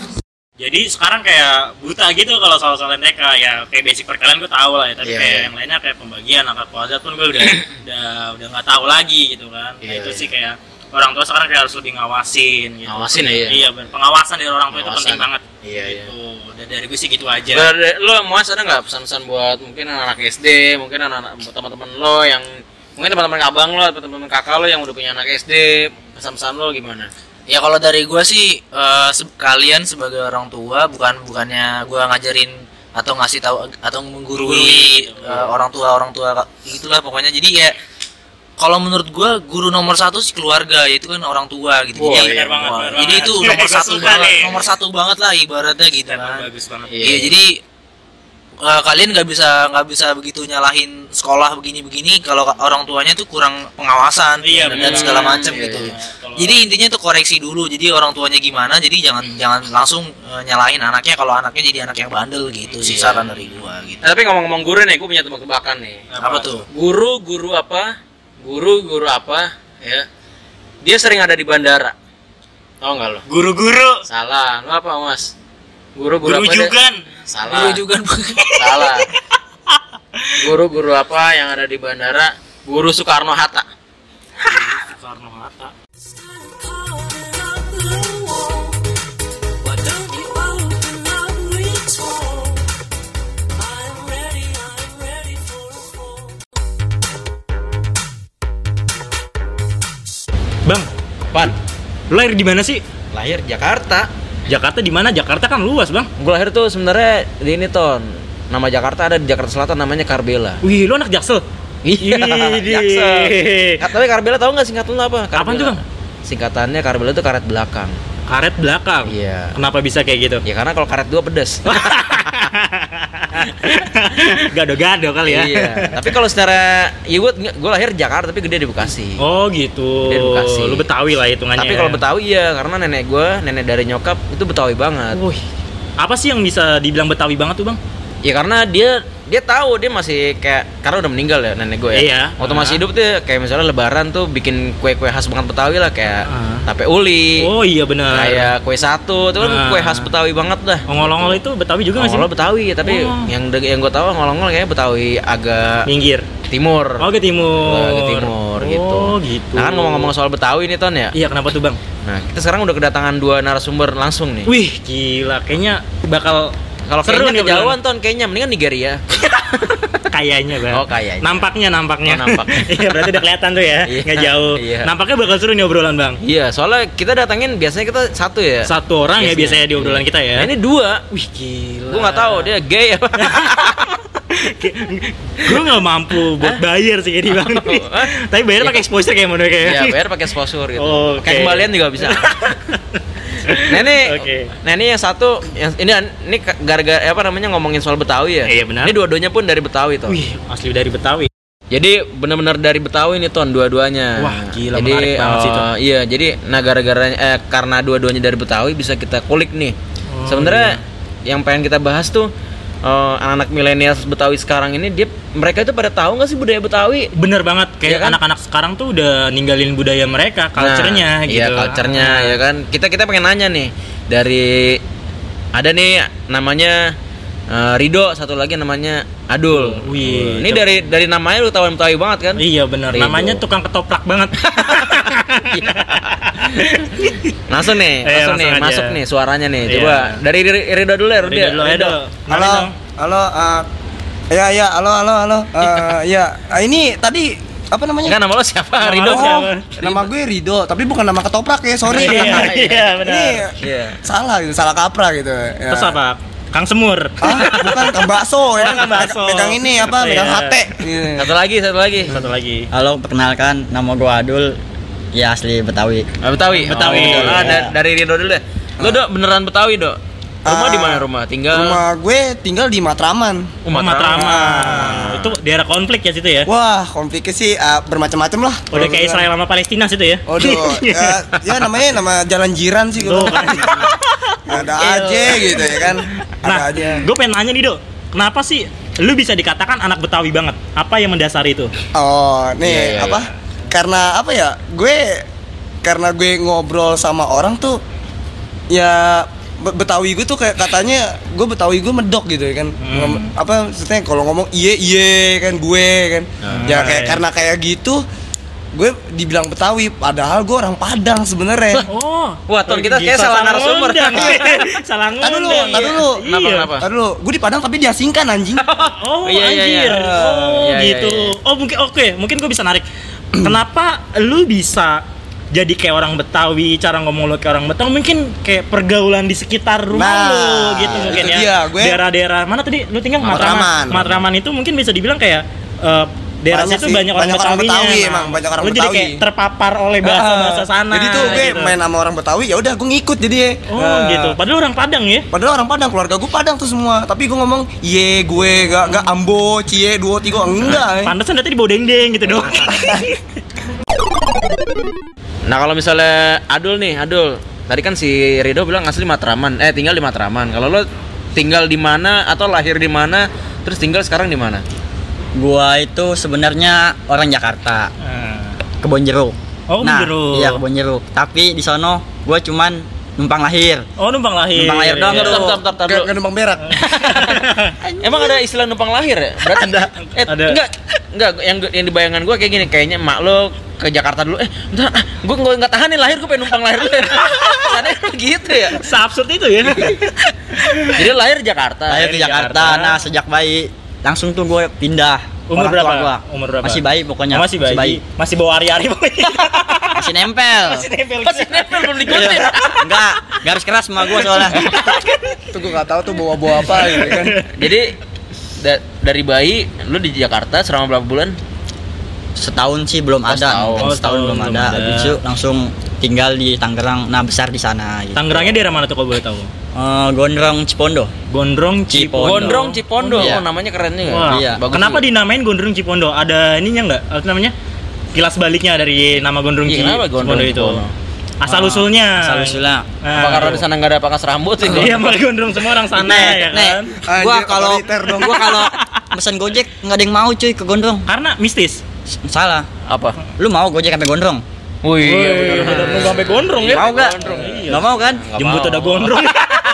Jadi sekarang kayak buta gitu kalau soal-soal M T K, ya kayak basic perkalian gue tahu lah ya, tapi Iya, kayak iya. yang lainnya kayak pembagian angka kuadrat pun gue udah udah udah nggak tahu lagi gitu kan. Nah, Iya, itu iya. sih kayak orang tua sekarang kayak harus lebih ngawasin gitu. Ngawasin ya, iya. Iya, bener. Pengawasan dari orang tua itu Pengawasan. penting banget. Iya, iya. Gitu. Dan dari gue sih gitu aja. Dari lo Muas ada nggak pesan-pesan buat mungkin anak S D, mungkin anak-anak teman-teman lo yang mungkin teman-teman abang lo, atau teman-teman kakak lo yang udah punya anak S D, pesan-pesan lo gimana? Ya kalau dari gua sih eh, se- kalian sebagai orang tua bukan bukannya gua ngajarin atau ngasih tahu atau menggurui Gitu. eh, orang tua orang tua gitulah pokoknya. Jadi ya kalau menurut gua guru nomor satu sih keluarga, yaitu kan orang tua gitu. Wah, jadi iya, benar banget, wah, benar jadi banget. itu nomor Gua satu suka banget, nih. nomor satu banget lah ibaratnya gitu Emang kan. bagus banget. Iya. Iya, jadi eh, kalian nggak bisa nggak bisa begitu nyalahin sekolah begini-begini kalau ka- orang tuanya tuh kurang pengawasan Iya, dan, benar. dan segala macam Iya, gitu. iya. Kalau- Jadi intinya tuh koreksi dulu. Jadi orang tuanya gimana, jadi jangan jangan langsung eh, nyalahin anaknya kalau anaknya jadi anak yang bandel gitu sih, Iya. saran dari gua gitu. Nah, tapi ngomong-ngomong guru nih, gue punya tebak-tebakan nih. Apa tuh? Guru guru apa? Guru guru apa? Ya, dia sering ada di bandara. Tahu nggak lo? Guru-guru, Salah. Lo apa Mas? Guru guru guru apa? dia? juga. Salah. Guru juga Salah. Guru-guru apa yang ada di bandara? Guru Soekarno Hatta. Soekarno Hatta. Bang, Pan, lu lahir di mana sih? lahir Jakarta. Jakarta di mana? Jakarta kan luas, Bang. Gue lahir tuh sebenarnya di ini Ton. Nama Jakarta ada di Jakarta Selatan, namanya Karbela. Wih, lu anak Jaksel. Iya, Idih. Jaksel. Ka- Tapi Karbela tahu nggak singkatan lo apa? Apaan tuh, Bang? Singkatannya Karbela itu karet belakang. Karet belakang. Iya. Kenapa bisa kayak gitu? Ya karena kalau karet dua pedes. Gado-gado kali ya. Iya. Tapi kalau secara, ya gue gue lahir di Jakarta tapi gede di Bekasi. Oh gitu. Di Bekasi. Lu Betawi lah hitungannya. Tapi kalau Betawi ya karena nenek gue, nenek dari nyokap itu Betawi banget. Wih. Apa sih yang bisa dibilang Betawi banget tuh, Bang? Ya karena dia dia tahu dia masih kayak karena udah meninggal ya nenek gue ya. Iya. Waktu masih Ah. hidup tuh kayak misalnya Lebaran tuh bikin kue-kue khas banget Betawi lah kayak Ah. tape uli. Oh iya benar. Kayak kue satu itu kan Ah. kue khas Betawi banget dah. Ongol-ongol itu Betawi juga nggak sih? Ongol Betawi tapi Oh. yang de- yang gue tahu ngolong-ngol kayaknya Betawi agak Minggir. timur. Oh ke timur. Wah, ke timur gitu. Oh gitu. Nah kan ngomong-ngomong soal Betawi nih Ton ya. Iya kenapa tuh, Bang? Nah kita sekarang udah kedatangan dua narasumber langsung nih. Wih gila, kayaknya bakal Kalau seru kayaknya nih, kejauhan Ton, kayaknya mendingan Nigeria. kayaknya, Bang. Oh, kayaknya. Nampaknya, nampaknya. Oh, nampaknya. Iya, berarti udah kelihatan tuh ya. Iya. Nggak jauh. Iya. Nampaknya bakal seru nih obrolan, Bang. Iya, soalnya kita datangin biasanya kita satu ya. Satu orang ya biasanya di obrolan Iya. kita ya. Nah, ini dua. Wih gila. Gue nggak tahu dia gay apa. Gue nggak mampu buat bayar sih ini, Bang. Hah? Tapi bayar pakai exposure kayak mana kayak. Iya, bayar pakai sponsor gitu. Oh, oke. Kayak kembalian juga bisa. Nah ini, Oke. nah ini yang satu, yang ini ini gara-gara apa namanya ngomongin soal Betawi ya. Iya, benar. Ini dua-duanya pun dari Betawi tuh. Wih, asli dari Betawi. Jadi benar-benar dari Betawi nih Ton dua-duanya. Wah, gila, jadi, menarik banget sih, Ton. eh, Iya, jadi nah gara-gara eh, karena dua-duanya dari Betawi bisa kita kulik nih. Oh, Sebenarnya yang pengen kita bahas tuh uh, anak-anak milenial Betawi sekarang ini dia mereka itu pada tahu nggak sih budaya Betawi? Bener banget, kayak Iya kan? anak-anak sekarang tuh udah ninggalin budaya mereka, culture-nya Nah, gitu. Iya, culture-nya ya kan. Kita kita pengen nanya nih dari ada nih namanya uh, Rido, satu lagi namanya Adul. Wih, ini coba. dari dari namanya lu tahu Betawi banget kan? Iya bener, Rido. namanya tukang ketoprak banget. Langsung nih, Eh, langsung nih langsung aja. masuk nih suaranya nih. Iya. Coba dari Ri- Rido dulu ya, Rido. Rido dulu, Rido. Kenalin Halo, dong. halo, uh, ya ya, halo, halo, halo, uh, ya, uh, ini tadi apa namanya? Kan nama lo siapa? Nama Rido. lo siapa? Nama gue Rido, tapi bukan nama ketoprak ya, sorry. Iya, iya Ini benar. Iya. salah gitu, salah kaprah gitu. Ya. Terus apa? Kang Semur. Ah, bukan Kang Bakso ya. Kang Bakso. Megang ini apa? Oh, Megang iya. hate. Gitu. Satu lagi, satu lagi. Satu lagi. Halo, perkenalkan nama gua Adul. Ya asli Betawi. Ah, Betawi. Betawi. Oh, ah, da- dari Rido dulu deh. Lo Dok beneran Betawi, Dok? Rumah Ah, di mana rumah? Tinggal Rumah gue tinggal di Matraman. Oh, Oh, Matraman. Ah. Itu daerah konflik ya situ ya? Wah, konfliknya sih uh, bermacam-macam lah. Udah kayak Israel sama Palestina situ ya? Waduh, ya, ya namanya nama jalan jiran sih gue. Tuh, kan. Ada aja gitu ya kan. Ada Nah, aja. gue pengen nanya nih, Dok. Kenapa sih lu bisa dikatakan anak Betawi banget? Apa yang mendasari itu? Oh, nih Iya, iya, apa? Karena apa ya? Gue karena gue ngobrol sama orang tuh ya Be- Betawi gue tuh kayak katanya gue Betawi gue medok gitu ya kan. Hmm. Ngom- apa maksudnya kalau ngomong iye iye kan gue kan. Hmm. Ya kayak Iya. karena kayak gitu gue dibilang Betawi padahal gue orang Padang sebenarnya. Oh, Wah, Ton, kita kayak salah narasumber. ngundang. Salah Tar dulu, ngundang. tar dulu. Kenapa, Iya. kenapa? Tar dulu, gue di Padang tapi diasingkan anjing. Oh, Iya, iya, anjir. iya. Oh, Iya, iya, gitu. iya. Oh, mungkin oke, mungkin gue bisa narik. Kenapa lu bisa jadi kayak orang Betawi, cara ngomong lu kayak orang Betawi, mungkin kayak pergaulan di sekitar rumah Nah, lu gitu mungkin itu ya. dia, gue- Daerah-daerah mana tadi lu tinggal Matraman. Matraman. Matraman itu mungkin bisa dibilang kayak eh, daerah Banyak situ sih, banyak orang banyak orang Betawinya. Betawi Nah, emang, banyak orang lu jadi Betawi. kayak terpapar oleh bahasa-bahasa Ah, sana. Jadi tuh gue gitu. main sama orang Betawi ya udah gue ngikut jadi ya. Oh, Nah, gitu. Padahal orang Padang ya. Padahal orang Padang, keluarga gue Padang tuh semua. Tapi gue ngomong ye gue gak gak ambo cie dua tiga enggak. eh. Pantesan tadi bawa deng-deng gitu dong. Nah, kalau misalnya Adul nih, Adul. Tadi kan si Rido bilang asli Matraman. Eh, tinggal di Matraman. Kalau lo tinggal di mana atau lahir di mana, terus tinggal sekarang di mana? Gua itu sebenarnya orang Jakarta, Nah. Kebon Jeruk. Oh, nah, Jeruk. Iya, Kebon Jeruk. Tapi di sono gua cuman numpang lahir. Oh, numpang lahir. Numpang lahir doang Iya. tuh. Bentar, bentar, bentar, Kayak dulu. kayak numpang berak. Emang ada istilah numpang lahir ya? Berarti Ada. Eh, Ada. enggak, enggak yang yang di bayangan gue kayak gini, kayaknya emak lo ke Jakarta dulu. Eh, bentar, ah, gue enggak enggak tahan nih lahir, gue pengen numpang lahir dulu. Karena gitu ya. Seabsurd itu ya. Jadi lahir di Jakarta. Lahir di di Jakarta. Jakarta. Nah, sejak bayi langsung tuh gue pindah. Umur Orang berapa? tua gua. Umur berapa? Masih bayi pokoknya. Oh, masih bayi. Masih bawa ari-ari pokoknya. Masih nempel. Masih nempel. Masih nempel belum digunting. Iya. Enggak, garis keras sama gua soalnya. Tuh gue gak tahu tuh bawa-bawa apa gitu kan. Jadi da- dari bayi lu di Jakarta selama berapa bulan? Setahun sih belum ada. setahun. Kan Oh, setahun belum belum ada. ada. Habis itu langsung tinggal di Tangerang. Nah, besar di sana gitu. Tangerangnya daerah mana tuh kalau boleh tahu? Eh, Gondrong Cipondo. Gondrong Cipondo. Gondrong Cipondo. Iya. Oh, namanya keren juga. Wah, Iya. Bagus kenapa juga. dinamain Gondrong Cipondo? Ada ininya nggak? Apa namanya? Kilas baliknya dari nama Gondrong Iya, Ci- kenapa Gondrong Cipondo itu. Cipondo? Asal usulnya. Asal usulnya. Nah, Apa karena tuh. di sana nggak ada pangkas rambut sih? Iya, malah gondrong semua orang sana Nih, ya nih, kan. gua Anjir, kalau otoriter dong. gua kalau pesan Gojek nggak ada yang mau cuy ke Gondrong. Karena mistis. S- Salah. Apa? Lu mau Gojek sampai Gondrong? Wih, iya Wih, benar. udah nunggu sampai gondrong ya. Mau gak? Iya. Nggak mau kan? Nggak Jembut mau. udah gondrong.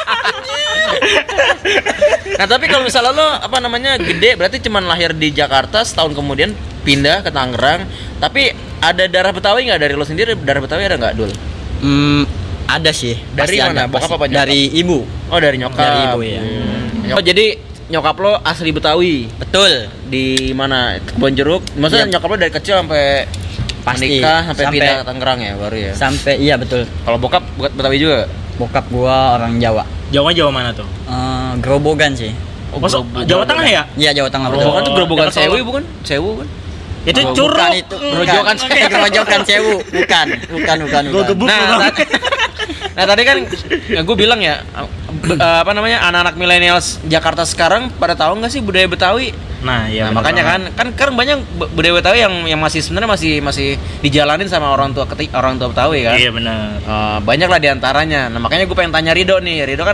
Nah, tapi kalau misalnya lo apa namanya gede, berarti cuman lahir di Jakarta, setahun kemudian pindah ke Tangerang. Tapi ada darah Betawi nggak dari lo sendiri? Darah Betawi ada nggak, Dul? Hmm, ada sih. Dari Pasti mana? ada, Bokap pasti. apa nyokap? Dari ibu. Oh, dari nyokap. Dari ibu, ya. Hmm. Oh, jadi nyokap lo asli Betawi. Betul. Di mana? Kebon Jeruk. Maksudnya Iya. nyokap lo dari kecil sampai Pasti. nikah sampai, Sampai- pindah ke Tangerang ya baru ya. Sampai iya betul. Kalau bokap buat Betawi juga. Bokap gua orang Jawa. Jawa Jawa mana tuh? Eh, Gerobogan sih. Oh, Masuk Gerobogan. Jawa Tengah ya? Iya, Jawa Tengah betul. Gerobokan tuh gerobokan Jakarta sewu Tolong. bukan? Sewu kan? Itu Oh, curug. bukan itu. Gerojokan Bukan. Gerojokan sewu. Bukan. Bukan, bukan, Gua bukan. gebuk Nah, lu, Bang. ta- nah tadi kan ya gue bilang ya be- eh, apa namanya anak-anak milenial Jakarta sekarang pada tahu nggak sih budaya Betawi? Nah, iya. Nah, bener makanya banget. kan kan sekarang banyak bu- budaya Betawi yang yang masih sebenarnya masih masih dijalanin sama orang tua keti- orang tua Betawi kan. Iya benar. Eh, banyak lah diantaranya. Nah makanya gue pengen tanya Rido nih. Rido kan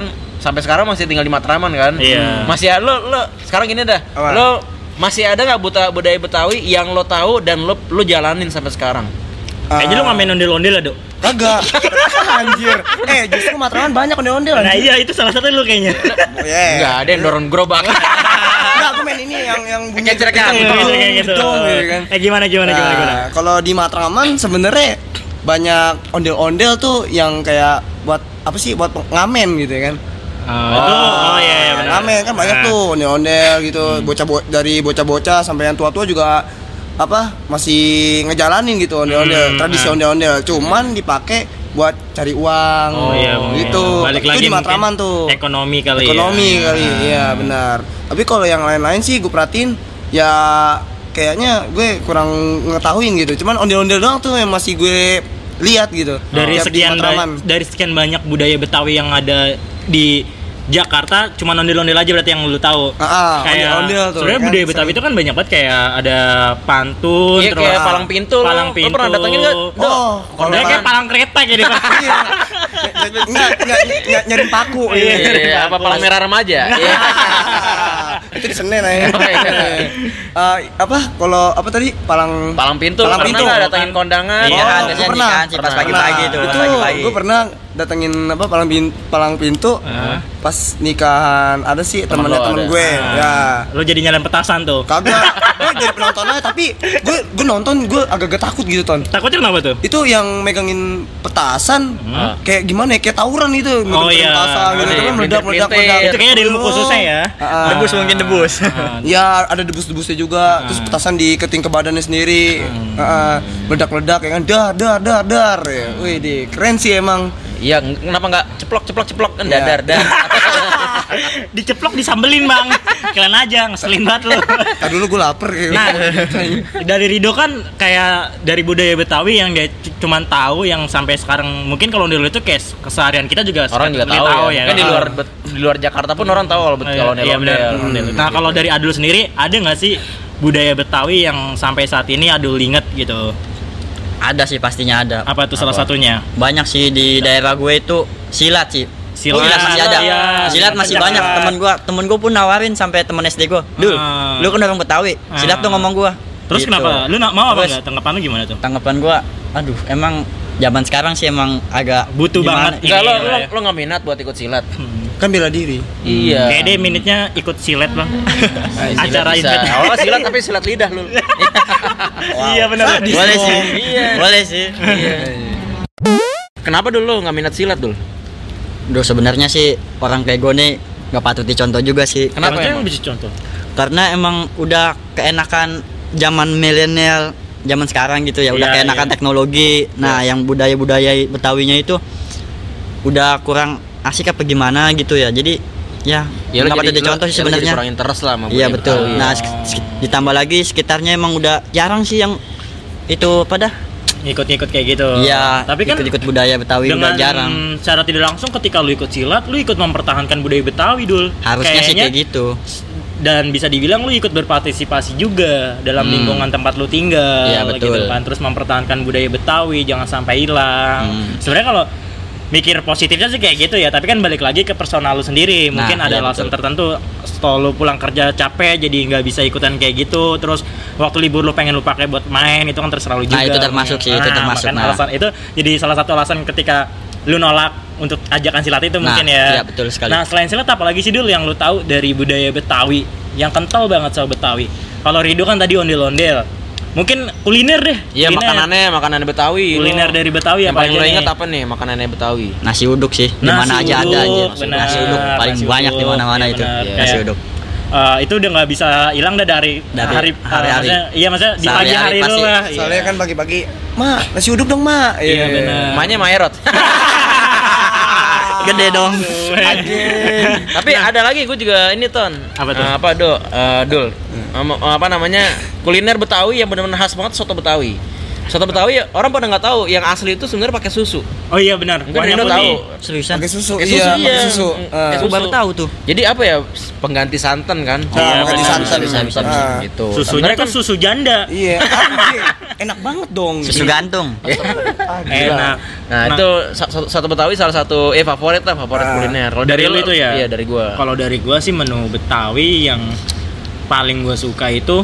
sampai sekarang masih tinggal di Matraman kan? Iya. Masih ada lo lo sekarang gini dah. Apa? Lo masih ada nggak buta budaya Betawi yang lo tahu dan lo lo jalanin sampai sekarang? Kayaknya lu nggak main ondel-ondel lah, Dok. Kagak. Anjir. Eh, justru Matraman banyak ondel-ondel. Nah iya, itu salah satu lu kayaknya. Yeah. Enggak ada yang dorong gerobak. Enggak, aku main ini yang yang bunyi Kecil-kecil gedung, Gitu, kayak gitu. gedung, gitu kan. Eh gimana gimana gimana gimana? Nah, kalau di Matraman sebenarnya banyak ondel-ondel tuh yang kayak buat apa sih? Buat ngamen gitu ya kan. Oh, itu oh iya iya benar. Ngamen kan banyak Nah. tuh ondel-ondel gitu. Bocah bo- dari bocah-bocah sampai yang tua-tua juga apa masih ngejalanin gitu ondel-ondel, Hmm, tradisi nah. ondel-ondel. Cuman dipakai buat cari uang. Oh iya, gitu. Balik Itu lagi di Matraman mungkin tuh. ekonomi kali Ekonomi ya. kali, iya benar. Tapi kalau yang lain-lain sih gue perhatiin ya kayaknya gue kurang ngetahuin gitu. Cuman ondel-ondel doang tuh yang masih gue lihat gitu. Dari Tiap di sekian Matraman. ba- dari sekian banyak budaya Betawi yang ada di Jakarta, cuma ondel-ondel aja berarti yang lu tahu. Ah, ah, Kayak ondel-ondel tuh, sebenarnya kan budaya Betawi sering. itu kan banyak banget kayak ada pantun, Iya, terus kayak palang pintu lo. palang Lo pintu. pernah datengin nggak? Do? Oh, kalau Dia kayak palang- palang kereta jadi Pak. Iya. Enggak, enggak, enggak nyari paku. Iya. Iya, apa palang merah remaja? Iya. Itu di Senen aja. Oh, iya. Eh, apa? Kalau apa tadi? Palang Palang pintu, Palang lo pernah pintu. nggak datengin kondangan? Iya, Oh, kan, gue biasanya pernah. nikahan sih pas Pernah. pagi-pagi tuh, pas Itu pagi-pagi. gue pernah datengin apa palang pintu, palang pintu Ah. pas nikahan ada sih Temen temennya lo temen ada. gue. Ah. Ya. Lo jadi nyalain petasan tuh. Kagak, gue jadi penonton aja tapi gue gue nonton gue agak-agak takut gitu ton. Takutnya kenapa tuh? Itu yang megangin petasan Hmm. kayak gimana ya kayak tawuran itu Oh, iya. petasan gitu Iya, kan meledak meledak pelintir-pelintir. meledak. Itu kayaknya ada ilmu khususnya ya. Ah. Debus mungkin debus. Ah, Ya ada debus-debusnya juga, terus petasan diketing ke badannya sendiri, Heeh, meledak-meledak ya kan, dar dar dar dar, ya. Wih deh, keren sih emang. Iya, kenapa nggak ceplok ceplok ceplok kan Iya. dadar dan Diceplok disambelin bang, kalian aja ngeselin banget lo. Tadi dulu gue lapar kayak. Nah, dari Rido kan kayak dari budaya Betawi yang dia c- cuman tahu yang sampai sekarang mungkin kalau dulu itu kayak keseharian kita juga orang juga seperti tahu, ya. Kan di Ah. luar bet- di luar Jakarta pun orang tahu kalau bet- Iya, kalau iya, benar. ondel-ondel. Nah kalau dari Adul sendiri ada nggak sih budaya Betawi yang sampai saat ini Adul inget gitu? Ada sih pastinya ada. Apa tuh salah Apa? satunya? Banyak sih di daerah gue itu silat sih. Silat, silat masih ada. iya. Silat masih Pencak banyak. silat. Temen gua, temen gua pun nawarin sampai temen S D gua. Dul, Ah. lu kan orang Betawi. Silat tuh Ah. ngomong gua. Terus Gitu. kenapa? Lu nak mau apa Terus, nggak? Tanggapan lu gimana tuh? Tanggapan gua, aduh, emang zaman sekarang sih emang agak Butuh gimana- banget. Enggak, lo Ini lo lah ya. lo nggak minat buat ikut silat. Kan bela diri. Iya. Kayak deh minitnya ikut silet bang. Silat Acara bisa. invite. Oh, silat tapi silat lidah lu. Iya benar. Boleh sih. Iya. Boleh sih. Iya. Kenapa dulu nggak minat silat dul? Duh, sebenarnya sih orang kayak gue nih nggak patut dicontoh juga sih. Kenapa Kenapa emang? bisa contoh? Karena emang udah keenakan zaman milenial, zaman sekarang gitu ya, udah Iya, keenakan iya. teknologi. Nah, yang budaya-budaya Betawinya itu udah kurang asik apa gimana gitu ya. Jadi ya, Ya, lo nggak patut jadi- dicontoh lo- sih ya, lo jadi sebenarnya. kurang interest lah sama Iya budaya betul. Betawi. Nah, sek- sek- ditambah lagi sekitarnya emang udah jarang sih yang itu pada Ikut-ikut kayak gitu. Iya, Tapi kan ikut-ikut budaya Betawi dengan udah jarang. secara tidak langsung ketika lu ikut silat, lu ikut mempertahankan budaya Betawi dul. Harusnya sih Kayaknya- kayak gitu. Dan bisa dibilang lu ikut berpartisipasi juga dalam Hmm. lingkungan tempat lu tinggal. Iya, betul. Gitu kan. Terus mempertahankan budaya Betawi jangan sampai hilang. Hmm. Sebenarnya kalau mikir positifnya sih kayak gitu ya, tapi kan balik lagi ke personal lu sendiri. Nah, Mungkin ada iya, alasan betul. tertentu setelah lu pulang kerja capek jadi nggak bisa ikutan kayak gitu. Terus waktu libur lu pengen lu pakai buat main, itu kan terserah lu juga. Nah, itu termasuk sih, itu termasuk, makanya nah. alasan itu jadi salah satu alasan ketika lu nolak untuk ajakan silat itu Nah, mungkin ya. iya, betul sekali. Nah, selain silat apalagi sih dulu yang lu tahu dari budaya Betawi yang kental banget sama Betawi? Kalau Rido kan tadi ondel-ondel. Mungkin kuliner deh. Iya, Kuliner. makanannya makanan Betawi. Kuliner Lo- dari Betawi yang apa paling aja lo nih? inget apa nih makanannya Betawi? Nasi uduk sih, di Nasi mana aja ada uduk, aja. benar. Nasi uduk paling Nasi banyak di uduk, mana-mana iya itu. benar. Nasi Kayak- uduk. Eh, itu udah nggak bisa hilang dah dari, Dari hari hari-hari. maksudnya, iya maksudnya di pagi Sehari-hari hari dulu pasti. lah. Soalnya Iya. kan pagi-pagi, "Ma, nasi uduk dong, Ma." Iya, benar. Emaknya Maerot. Gede dong. Tapi ada lagi gue juga ini ton. Apa tuh? Eh, apa do? Eh, Dul. Em, apa namanya? Kuliner Betawi yang benar-benar khas banget soto Betawi. Soto Betawi orang pada nggak tahu yang asli itu sebenarnya pakai susu. Oh iya benar. Mungkin Warnanya udah tahu. putih. Seriusan. Pakai susu. Pakai Iya, susu, pakai iya. susu. Mm, Ah. pakai Aku baru tahu tuh. Jadi apa ya? Pengganti santan kan? Nah, Iya, pakai benar. santan. Bisa, bisa, Ah. bisa. Gitu. Susunya Sebenarnya kan susu janda. Iya, anjir. Enak banget dong. Susu gantung. Enak. Nah, itu sa- sa- soto Betawi salah satu eh favorit lah, favorit Ah. kuliner. Kalau Dari lu itu ya? Iya, dari gua. Kalau dari gua sih menu Betawi yang paling gua suka itu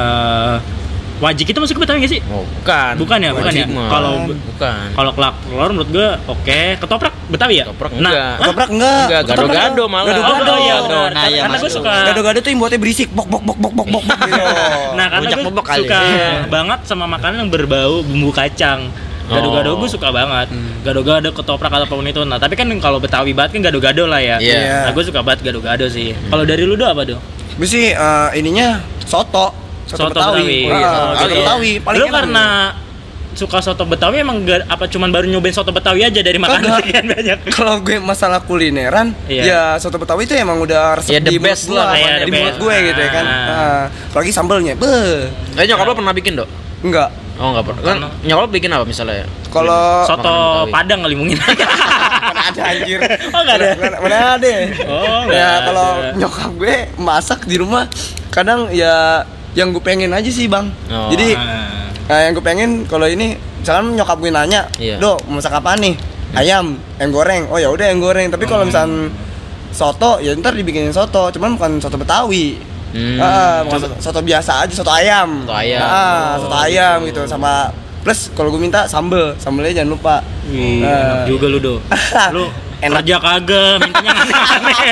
eh wajik itu masuk ke Betawi nggak sih? Oh, bukan. Bukan ya, bukan Wajib ya. mah. Kalau bukan. kalau kerak telur menurut gua oke. Ketoprak Betawi ya? Ketoprak Nah, enggak. hah? Ketoprak enggak. Enggak, Ketoprak gado-gado malah. Gado-gado. Oh iya Gado. benar. Nah, iya, Karena gua masuk. suka Gado-gado tuh yang buatnya berisik, bok bok bok bok bok bok bok gitu. Nah, karena gue Bujak-bubuk kali. suka Iya. banget sama makanan yang berbau bumbu kacang. Gado-gado Oh. gue suka banget. Gado-gado, ketoprak ataupun itu. Nah, tapi kan kalau Betawi banget kan gado-gado lah ya. Iya. Nah, gue suka banget gado-gado sih. Kalau dari lu do apa do? Gue sih eh, ininya soto, soto, Betawi. Oh, Ah, iya, soto soto Betawi. Betawi. Paling Lu enak. karena suka soto Betawi emang gak, apa cuman baru nyobain soto Betawi aja dari makanan Kagak. sekian banyak? Kalau gue masalah kulineran, Iya. ya soto Betawi itu emang udah resep Ya, the di mulut best gue, lah, iya, di the mulut best. gue gitu ya kan. Ah. Ah, apalagi sambelnya, beh, Eh, nyokap lo pernah bikin, Dok? enggak. Oh, enggak pernah. Kan nyokap lo bikin apa misalnya? Kalau Soto makanan Betawi. Padang kali mungkin. mana ada anjir. Oh, nggak ada? Mana, mana ada. Oh, nggak Ya ada. kalau nyokap gue masak di rumah, kadang ya yang gue pengen aja sih bang. Oh. Jadi Ah. nah, yang gue pengen kalau ini, misalkan nyokap gue nanya, Iya. do mau masak apa nih? Ayam, yang goreng. Oh ya udah yang goreng. Tapi kalau misalkan soto, ya ntar dibikinin soto. Cuman bukan soto Betawi. Hmm. Ah, bukan soto, soto biasa aja, soto ayam. Soto ayam. Ah, Oh, soto ayam gitu. gitu. Sama plus kalau gue minta sambel, sambelnya jangan lupa. Wih, Ah. enak juga lu do. Lu Enak. kerja kagak, mintanya aneh-aneh.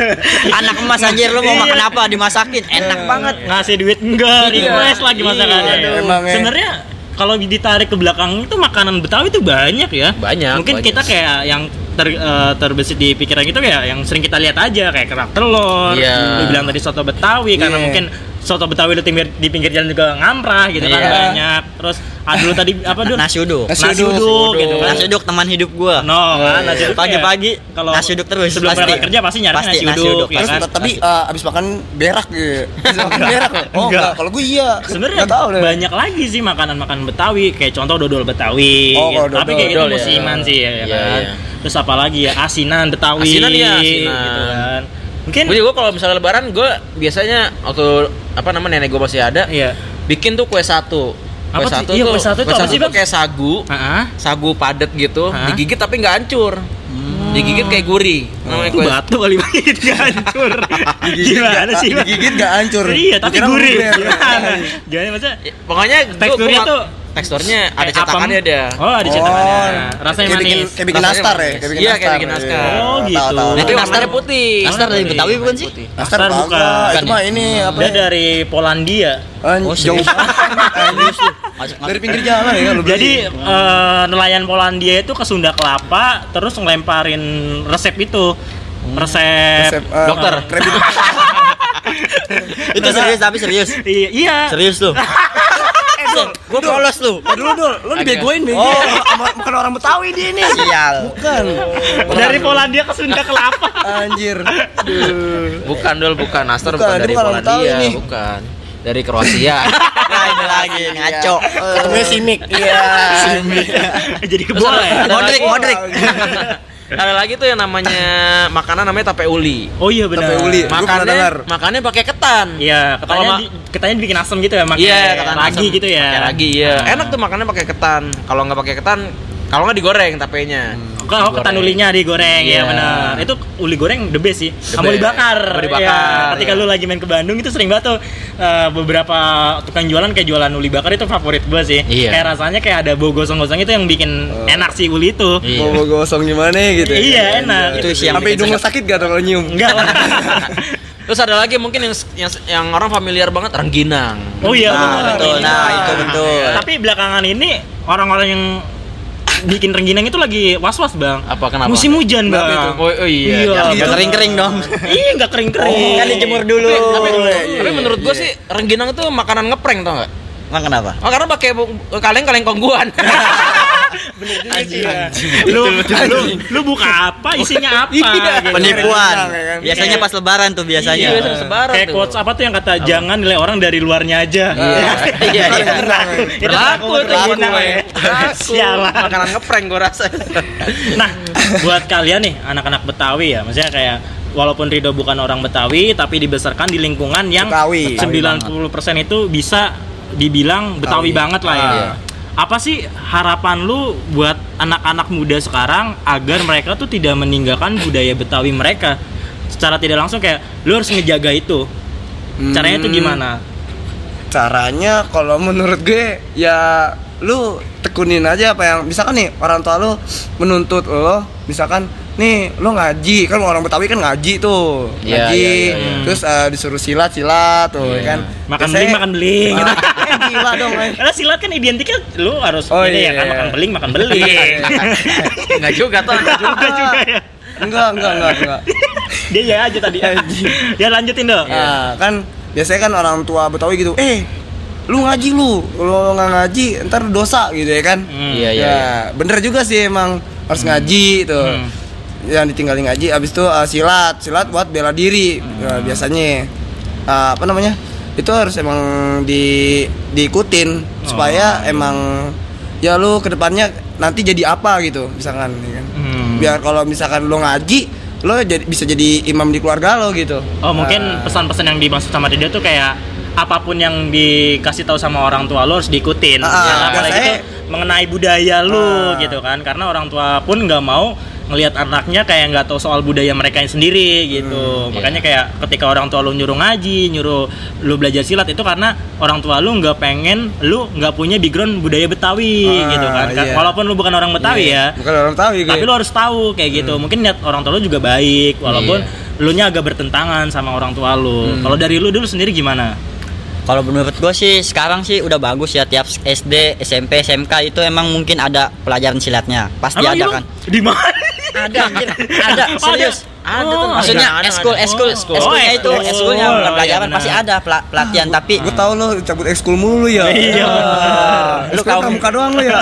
Anak emas anjir lu mau Iya. makan apa dimasakin. Enak banget. Ngasih duit enggak, request lagi masakannya. Iya, emang ya. Sebenarnya kalau ditarik ke belakang itu makanan Betawi itu banyak ya. Banyak, Mungkin banyak. kita kayak yang ter, eh, terbesit di pikiran gitu ya, yang sering kita lihat aja kayak kerak telur. Iya. Lu bilang tadi soto Betawi karena Iya. mungkin soto Betawi di pinggir, di pinggir jalan juga ngamprah gitu kan Iya. banyak. Terus ah dulu tadi apa dulu? Nasi uduk. Nasi Nasi uduk. uduk gitu kan. Nasi uduk teman hidup gua. No, kan nasi uduk Pagi-pagi kayak kalau nasi uduk terus, sebelum pasti. berangkat kerja pasti nyari Pasti nasi, nasi uduk, uduk, ya Terus kan? tapi eh, abis makan berak gitu. Abis makan berak. loh. Oh enggak, kalau gue iya. Sebenarnya Nggak tahu deh. banyak lagi sih makanan-makanan Betawi kayak contoh dodol Betawi. Oh, gitu. kalau Tapi dodol. kayak itu Dodol, ya. musiman sih ya, ya Iya, kan. iya. Terus apa lagi ya asinan Betawi. Asinan ya, asinan. Gitu kan. Mungkin Gue juga kalau misalnya lebaran gue biasanya waktu apa namanya nenek gue masih ada iya. bikin tuh kue satu. Kue Apa sih? satu Iya, tuh, kue satu itu apa sih, tuh Bang? kayak sagu, Heeh. sagu padet gitu, Hah? digigit tapi nggak hancur. Digigit kayak gurih. Namanya Itu kue. batu kali banget gak hancur. Gimana sih? Bang? Digigit gak hancur. Iya, tapi Dikira gurih. luber. Gimana? Gimana maksudnya? Ya, pokoknya gua- Teksturnya gua- tuh teksturnya ada kayak cetakannya apem. dia. Oh, ada cetakannya. Rasanya kayak bikin, manis. kayak bikin Rasanya nastar ya, manis. kayak bikin Iya, nastar. kayak bikin nastar. Iya, Oh, tahu, gitu. tahu. Tapi Nastar- warnanya putih. Nastar dari Betawi bukan sih? Putih. Nastar Nastar bukan. bukan. Itu mah ini apa? Dia ya? dari Polandia. An- Oh, jauh serius? banget. Anjir. Dari pinggir jalan ya lu beli. Jadi eh, nelayan Polandia itu ke Sunda Kelapa terus ngelemparin resep itu. Resep, Resep, eh, dokter. Krabby Itu serius tapi serius. I- iya. Serius tuh. Gua polos tuh. Eh, dulu dulu lu dibegoin bego. Oh. Sama- bukan orang Betawi dia ini. Sial. Bukan. Dari Polandia ke Sunda Kelapa. Anjir. Aduh. Bukan dul, bukan Nastar, Bukan, bukan, dia dari bukan orang Betawi Polandia, nih. bukan. Dari Kroasia. Nah, ini lagi ngaco. Ketemunya Simic. Iya. Jadi kebol ya. Modric, Modric. Ada lagi tuh yang namanya makanan namanya tape uli. Oh iya benar. Tape uli. Gua pernah dengar. Makannya makannya pakai ketan. Iya, katanya Kalau ma- di, katanya dibikin asam gitu ya, pakai Iya, ketan ragi asam. gitu ya. Pakai ragi, iya. Nah. Enak tuh makannya pakai ketan. Kalau nggak pakai ketan, kalau nggak digoreng tapenya. Kalau oh, ketan ulinya digoreng ya Iya. benar. Itu uli goreng the best sih. Sama uli best. bakar. Sama dibakar, Iya, ketika iya. lu lagi main ke Bandung itu sering banget tuh eh, beberapa tukang jualan kayak jualan uli bakar itu favorit gua sih. Iya. Kayak rasanya kayak ada bau gosong-gosong itu yang bikin enak sih uli itu. Iya. Mau gosong gimana gitu. Iya, enak. Itu sih yang Sampai bikin hidung lu sakit gak tuh kalau nyium? Enggak lah. Terus ada lagi mungkin yang yang, yang orang familiar banget rengginang. Oh iya, Nah, benar. betul. Nah, itu betul. Tapi belakangan ini orang-orang yang bikin rengginang itu lagi was-was, Bang. Apa kenapa? Musim hujan, Kenapa Bang. itu? Oh, oh iya, jangan Nggak kering-kering dong. Iya, enggak kering-kering. Kan dijemur dulu. Tapi, iya, tapi iya, menurut gua iya. sih rengginang itu makanan ngeprank tau nggak? Emang kenapa? Oh, karena pakai bu- kaleng-kaleng kongguan. Bener juga sih ya. Lu, lu, lu buka apa, isinya apa? gitu. Penipuan. Kan? Biasanya pas lebaran tuh biasanya. Iya, biasanya sebaran Kayak tuh. quotes apa tuh yang kata jangan nilai orang dari luarnya aja. Iya, iya. Itu Berlaku tuh berlaku, gitu, ya. Berlaku. Sialan. Makanan ngeprank gua rasa. Nah, buat kalian nih anak-anak Betawi ya, maksudnya kayak walaupun Rido bukan orang Betawi tapi dibesarkan di lingkungan yang Betawi. sembilan puluh persen itu bisa dibilang Betawi, Betawi. banget lah ya. Ah. Apa sih harapan lu buat anak-anak muda sekarang agar mereka tuh tidak meninggalkan budaya Betawi mereka? Secara tidak langsung kayak lu harus ngejaga itu. Caranya tuh Hmm. gimana? Caranya kalau menurut gue ya lu tekunin aja apa yang misalkan nih orang tua lu menuntut lo, misalkan nih lo ngaji, kan orang Betawi kan ngaji tuh, Iya, ngaji, iya, iya, iya. terus eh, disuruh silat silat tuh, ya kan. Makan Biasanya- beling, makan beling. Ah, gila dong, eh. Karena silat kan identiknya lu harus Oh, ini ya iya. kan makan beling, makan beling. Enggak juga tuh. Enggak juga. Enggak juga ya. Enggak, enggak, enggak, enggak. Dia ya aja tadi. Ya lanjutin dong. Nah, kan biasanya kan orang tua Betawi gitu, eh lu ngaji lu, lu nggak ngaji ntar dosa gitu ya kan. Hmm. Iya, iya. Ya bener juga sih emang harus ngaji tuh. Hmm. Yang ditinggalin ngaji, abis itu uh, silat, silat buat bela diri. Ya, biasanya uh, apa namanya? Itu harus emang di diikutin supaya emang ya lu kedepannya nanti jadi apa gitu misalkan ya kan. Hmm. Biar kalau misalkan lu ngaji, lo jadi bisa jadi imam di keluarga lo gitu. Oh mungkin Nah, pesan-pesan yang dimaksud sama dia tuh kayak apapun yang dikasih tahu sama orang tua lo harus diikutin. Ah, Ya, apalagi biasanya- itu mengenai budaya lo Ah. gitu kan. Karena orang tua pun nggak mau ngelihat anaknya kayak nggak tahu soal budaya mereka yang sendiri gitu. Hmm, Makanya kayak ketika orang tua lo nyuruh ngaji, nyuruh lo belajar silat itu karena orang tua lo nggak pengen lo nggak punya background budaya Betawi Ah, gitu kan. iya. Walaupun lo bukan orang Betawi iya. ya. Bukan orang Betawi gue. Tapi lo harus tahu kayak gitu. Mungkin niat orang tua lo juga baik, walaupun Iya. lu nya agak bertentangan sama orang tua lu. Kalau dari lu dulu sendiri gimana? Kalau menurut gue sih sekarang sih udah bagus ya, tiap S D, S M P, S M K itu emang mungkin ada pelajaran silatnya. Pasti Emang ada iya, kan. Di mana? Ada anjir, ada serius. Ada tuh. Oh, Maksudnya ada, ada, eskul, ada. eskul, Oh, eskulnya itu, ekskul. eskulnya Oh, bukan iya, pelajaran, benar. pasti ada pela- pelatihan. Tapi Gue tau lo cabut ekskul mulu ya. Iya. Lu Lu tahu- pramuka doang lu ya.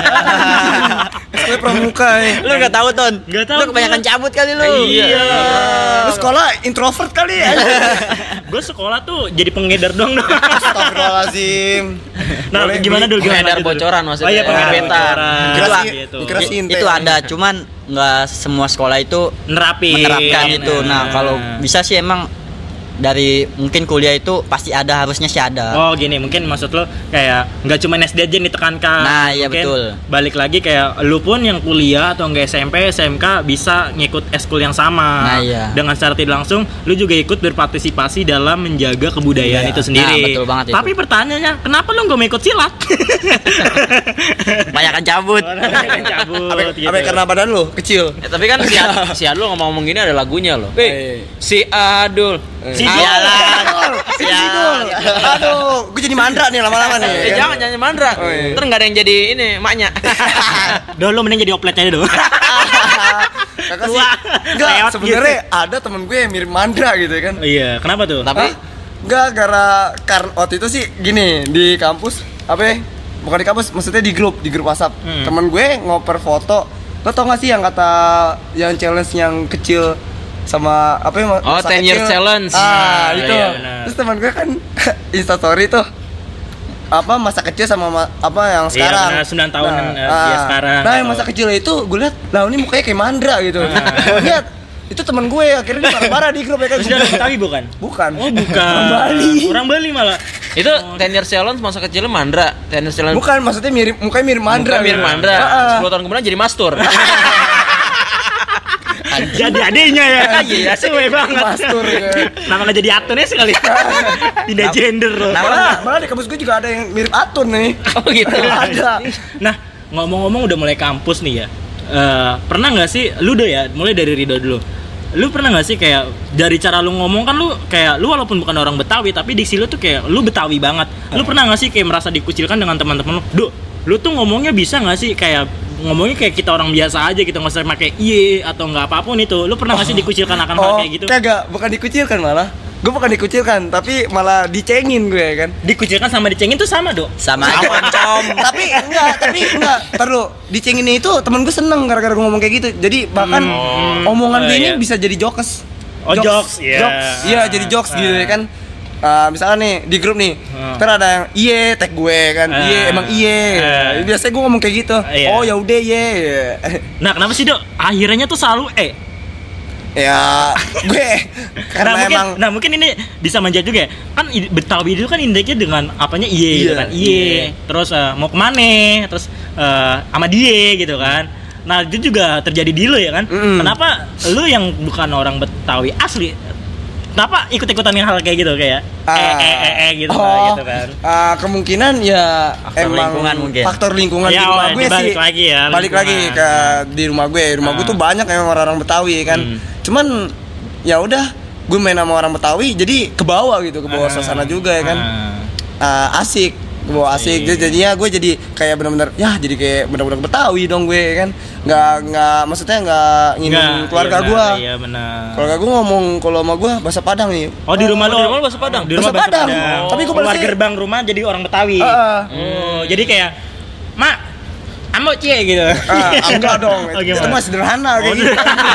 Ekskul pramuka ya. lu nggak tahu Ton? Nggak tahu Lu kebanyakan gua. cabut kali lu. Iya. Lu sekolah introvert kali ya. Gue sekolah tuh jadi pengedar doang dong. Astagfirullahaladzim. Nah, Boleh, gimana dulu gimana? Pengedar lanjut dulu. bocoran maksudnya. Oh iya, pengedar Gebetan. bocoran. Dikira Wah, sih- gitu. dikira sih- I- itu ada, cuman nggak semua sekolah itu Nerapin. menerapkan itu. Nah, kalau bisa sih emang dari mungkin kuliah itu pasti ada, harusnya sih ada. Oh gini, mungkin maksud lo kayak nggak cuma S D aja yang ditekankan. Nah, iya, Mungkin betul. Balik lagi kayak lu pun yang kuliah atau enggak S M P, S M K bisa ngikut eskul yang sama. Nah, iya. Dengan secara tidak langsung, lu juga ikut berpartisipasi dalam menjaga kebudayaan Iya. itu sendiri. Nah, betul banget itu. Tapi pertanyaannya, kenapa lu nggak mau ikut silat? Banyakan cabut. Orang cabut. Apa gitu. apa karena badan lu kecil? Eh, tapi kan si, Ad- si Adul ngomong-ngomong gini ada lagunya loh. Eh. Eh, si Adul. Si Ah, Dul. Jalan. Sidul. Aduh, gue jadi mandra nih lama-lama nih. Eh, kan? jangan jangan mandra. Oh, iya. Ntar nggak ada yang jadi ini maknya. Duh, lu mending jadi oplet aja dulu. Kakak sih. Tua. Enggak, Lewat sebenarnya ada temen gue yang mirip mandra gitu ya kan. Iya, kenapa tuh? Tapi Hah? Enggak, gara karena waktu itu sih gini, di kampus apa ya? Bukan di kampus, maksudnya di grup, di grup WhatsApp. Hmm. Temen gue ngoper foto. Lo tau gak sih yang kata yang challenge yang kecil sama apa ya? Oh, masa ten years kecil? challenge. Ah, Nah, itu. iya, benar. Terus teman gue kan Instastory tuh apa masa kecil sama ma- apa yang Iya, sekarang. benar, sembilan tahun, eh, dia ah. sekarang, Nah, yang atau- masa kecil itu gue lihat, lah ini mukanya kayak mandra gitu. Gue lihat itu teman gue akhirnya dia marah-marah di grup ya kan. Terus dia orang Betawi bukan? Bukan. Oh bukan. Orang Bali. Orang Bali malah. itu ten years challenge masa kecilnya mandra. ten years challenge Bukan, maksudnya mirip mukanya mirip mandra. Muka mirip gitu. mandra. Ah, ah. sepuluh tahun kemudian jadi mastur. Jadi adeknya ya. Iya, sesuai banget. Mastur ya. Nama nggak jadi Atunnya sekali. Pindah gender loh. Malah, malah di kampus gue juga ada yang mirip Atun nih. Oh gitu. Ada. Nah, ngomong-ngomong udah mulai kampus nih ya. Eh, pernah nggak sih lu deh ya, mulai dari Rido dulu. Lu pernah nggak sih kayak dari cara lu ngomong kan lu kayak lu walaupun bukan orang Betawi tapi diksi lu tuh kayak lu Betawi banget. Lu pernah nggak sih kayak merasa dikucilkan dengan teman-teman lu? Duh, lu tuh ngomongnya bisa nggak sih kayak ngomongnya kayak kita orang biasa aja gitu, nggak usah pakai iye atau nggak apapun itu. Lu pernah nggak sih dikucilkan akan hal Oh, kayak gitu? kagak, bukan dikucilkan malah. gue bukan dikucilkan, tapi malah dicengin gue kan. Dikucilkan sama dicengin tuh sama, Dok. Sama aja oncom. Tapi enggak, tapi enggak. Terus dicengin itu temen gue seneng gara-gara gue ngomong kayak gitu. Jadi bahkan Hmm. omongan Oh, gue ini iya. bisa jadi jokes. Oh, jokes, iya. Jokes. Iya, jadi jokes gitu ya kan. Uh, misalnya nih di grup nih, Hmm. ntar ada yang iye tag gue kan, Ah. iye emang iye. Ah. Biasanya gue ngomong kayak gitu. Iya. Oh ya udah iye. Nah, kenapa sih, Dok? Akhirnya tuh selalu eh Ya gue karena nah, mungkin, emang nah mungkin ini bisa menjawab juga ya. Kan i- Betawi itu kan indeknya dengan apanya iye gitu Iya, kan. Iye. iya. Terus eh, mau kemana? Terus eh, sama die gitu kan. Nah, itu juga terjadi di lu ya kan. Mm-mm. Kenapa lu yang bukan orang Betawi asli kenapa ikut-ikutan yang hal kayak gitu kayak eh Ah. eh eh, eh gitu, oh, gitu kan. ah, kemungkinan ya Faktor emang lingkungan mungkin. faktor lingkungan Ya, di rumah oh, gue dibalik sih. lagi ya, Balik lagi lingkungan. ke di rumah gue. Rumah gue Ah. tuh banyak emang orang-orang Betawi kan. Hmm. Cuman ya udah gue main sama orang Betawi jadi ke bawah gitu, ke bawah Ah. suasana juga ya kan. Ah. Ah, asik, ke bawah asik. Jadi jadinya gue jadi kayak benar-benar ya jadi kayak benar-benar Betawi dong gue kan. Nggak nggak maksudnya nggak ingin Nggak, keluarga iya gue. benar, Iya benar. Keluarga gue ngomong kalau sama gue bahasa Padang nih. Oh, di rumah lu, di rumah lu bahasa Padang? Di rumah Bahasa bahasa Padang. Padang. Tapi gua keluar balasnya- gerbang rumah jadi orang Betawi. Ah. Oh, jadi kayak Mak, ambo cie gitu. Ah, enggak dong. Oh, Itu gimana? mah sederhana kayak Oh, gitu.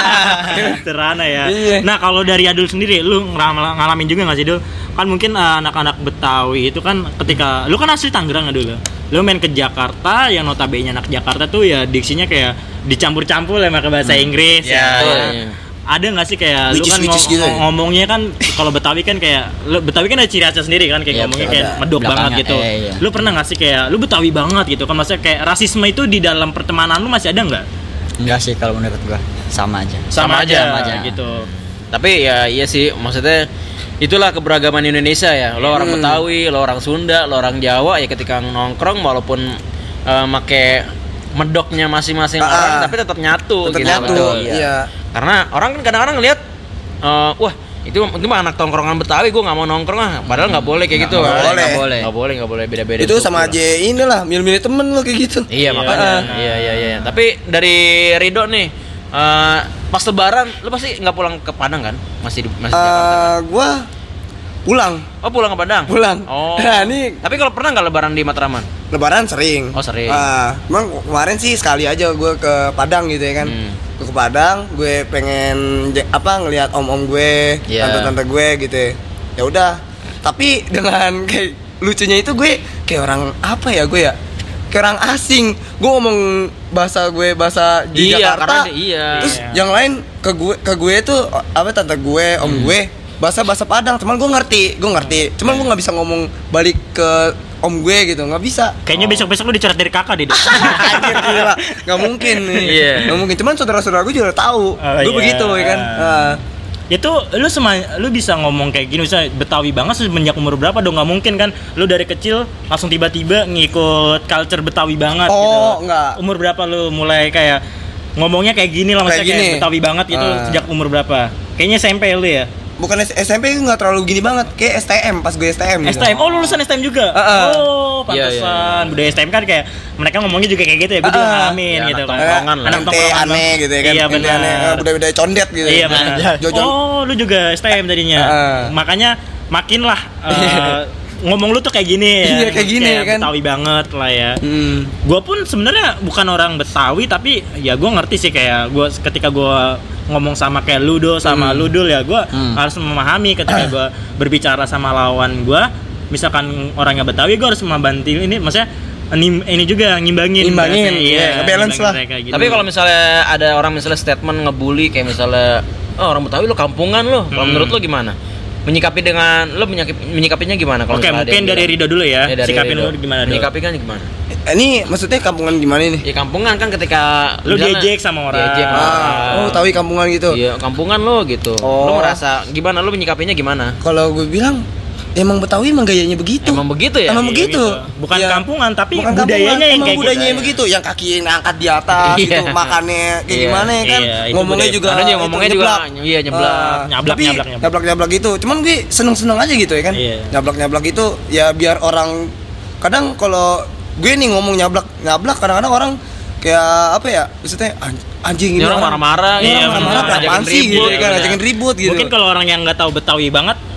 Sederhana ya. Iya. Nah, kalau dari Adul sendiri, lu ngeral- ngalamin juga nggak sih, Dul? Kan mungkin eh, anak-anak Betawi itu kan ketika lu kan asli Tangerang ya, Dul. Lu main ke Jakarta, yang notabene anak Jakarta tuh ya diksinya kayak dicampur-campur ya pakai bahasa Inggris Iya, ya. iya, iya. Ada nggak sih kayak lu kan Which is- which is ngom- gitu ya? ngomongnya kan kalau Betawi kan kayak lu Betawi kan ada ciri khasnya sendiri kan kayak Iya, ngomongnya betul, kayak ada medok banget belakangnya, gitu. eh, iya. Lu pernah nggak sih kayak lu Betawi banget gitu kan, maksudnya kayak rasisme itu di dalam pertemanan lu masih ada nggak? Enggak sih kalau menurut gua. Sama aja. Sama, Sama aja, aja, sama aja. gitu. Tapi ya iya sih, maksudnya itulah keberagaman Indonesia ya. Lo orang Hmm. Betawi, lo orang Sunda, lo orang Jawa ya ketika nongkrong walaupun eh, make medoknya masing-masing Ah, orang ah. tapi tetap nyatu Tetap gitu. nyatu, Betul. iya. Karena orang kan kadang-kadang ngelihat eh, wah itu itu mah anak tongkrongan Betawi, gue nggak mau nongkrong ah. Padahal nggak boleh kayak gitu. Nggak kan. boleh. Nggak boleh, nggak boleh, nggak boleh beda-beda. Itu suku sama lah. aja inilah milih-milih temen lo kayak gitu. Iya, Iya, makanya. benar. Iya, iya, iya. Tapi dari Rido nih, eh, pas Lebaran, lu pasti nggak pulang ke Padang kan? Masih di, masih di Jakarta. Kan? Eh, gua pulang, Oh pulang ke Padang? pulang. Oh. Nah, ini Tapi kalau pernah nggak Lebaran di Matraman? Lebaran sering. Oh, sering. Ah, emang kemarin sih sekali aja gue ke Padang gitu ya kan. Hmm. Gue ke Padang, gue pengen j- apa ngelihat om-om gue, Iya. tante-tante gue gitu. Ya Ya udah. Tapi dengan kayak lucunya itu gue kayak orang apa ya gue ya? Kayak orang asing. Gue ngomong bahasa gue bahasa di Iya, Jakarta. karena di- iya. Terus Iya. yang lain ke gue ke gue tuh apa tante gue, om Hmm. gue bahasa bahasa Padang. Cuman gue ngerti, gue ngerti. Cuman gue nggak bisa ngomong balik ke om gue gitu, nggak bisa. Kayaknya besok-besok lu dicoret dari kakak deh, Dul. Anjir gila, nggak mungkin nih. Iya. Nggak mungkin. Cuman saudara-saudara gue juga tahu. Oh, gue iya. begitu ya kan. Ah. Itu lu sema, lu bisa ngomong kayak gini misalnya Betawi banget semenjak umur berapa dong, nggak mungkin kan lu dari kecil langsung tiba-tiba ngikut culture Betawi banget Oh, gitu. enggak. Umur berapa lu mulai kayak ngomongnya kayak gini lah, maksudnya Kayak kayak, gini. Betawi banget itu Ah. sejak umur berapa? Kayaknya S M P lu ya? Bukan S- SMP gue nggak terlalu gini banget. Kayak S T M pas gue S T M. S gitu. T M, oh lulusan S T M juga? Ah, ah. Oh, Iya, pantesan. iya, iya. Budaya S T M kan kayak mereka ngomongnya juga kayak gitu ya, gue juga Ah, ah. ngalamin Ya, gitu anak kan. tongkrongan lah. Anak Ente tongkrongan aneh banget. gitu ya kan. Iya Ente benar. aneh, eh, budaya-budaya condet gitu. Iya Nah, benar. Jojon. Oh, lu juga S T M tadinya. Heeh. Makanya makin lah eh, ngomong lu tuh kayak gini ya. Iya, kayak gini kan. Betawi banget lah ya. Hmm. Gua pun sebenarnya bukan orang Betawi tapi ya gua ngerti sih kayak gua ketika gua ngomong sama kayak Ludo sama Hmm. Ludul ya gua Hmm. harus memahami ketika gua berbicara sama lawan gua, misalkan orangnya Betawi gua harus membantu ini maksudnya nim- ini juga ngimbangin Ngimbangin, bahasanya, iya, ngebalance ngimbangin lah. mereka gitu. Tapi kalau misalnya ada orang misalnya statement ngebully kayak misalnya oh, orang Betawi lo kampungan lo. Kalau Hmm. menurut lo gimana? Menyikapi dengan lo menyikapi, menyikapinya gimana kalau Oke, misalnya ada mungkin yang dari bilang? Rido dulu ya. Ya, dari Sikapin Rido. lu gimana, Dul? Menyikapi kan gimana? Ini maksudnya kampungan gimana nih? Ya kampungan kan ketika Lu misalnya- diejek sama orang. Diejek sama orang. Ah, oh tahu kampungan gitu. Iya, kampungan lo gitu. Oh. Lo merasa gimana? Lo menyikapinya gimana? Kalau gue bilang emang Betawi emang gayanya begitu. Emang begitu ya? Emang Iya, begitu. gitu. Bukan Iya. kampungan tapi Bukan budayanya kampungan, yang emang kayak budayanya gitu. yang begitu, yang kaki angkat di atas Iya. gitu, makannya kayak Iya. gimana ya kan. Iya, itu Ngomongnya budaya. juga Karena dia itu, ngomongnya juga nyeblak. iya nyeblak. Ah, Nyablak, tapi nyablak, nyablak. nyablak-nyablak gitu. Cuman gue seneng-seneng aja gitu ya kan. Iya. Nyablak-nyablak itu ya biar orang kadang kalau gue nih ngomong nyablak-nyablak kadang-kadang orang kayak apa ya? Maksudnya anj- anjing Ini orang marah-marah, Ini iya, orang marah-marah bener. apaan Ngajakin sih gitu ribut, ya kan, iya. ngajakin ribut gitu. Mungkin kalau orang yang nggak tahu Betawi banget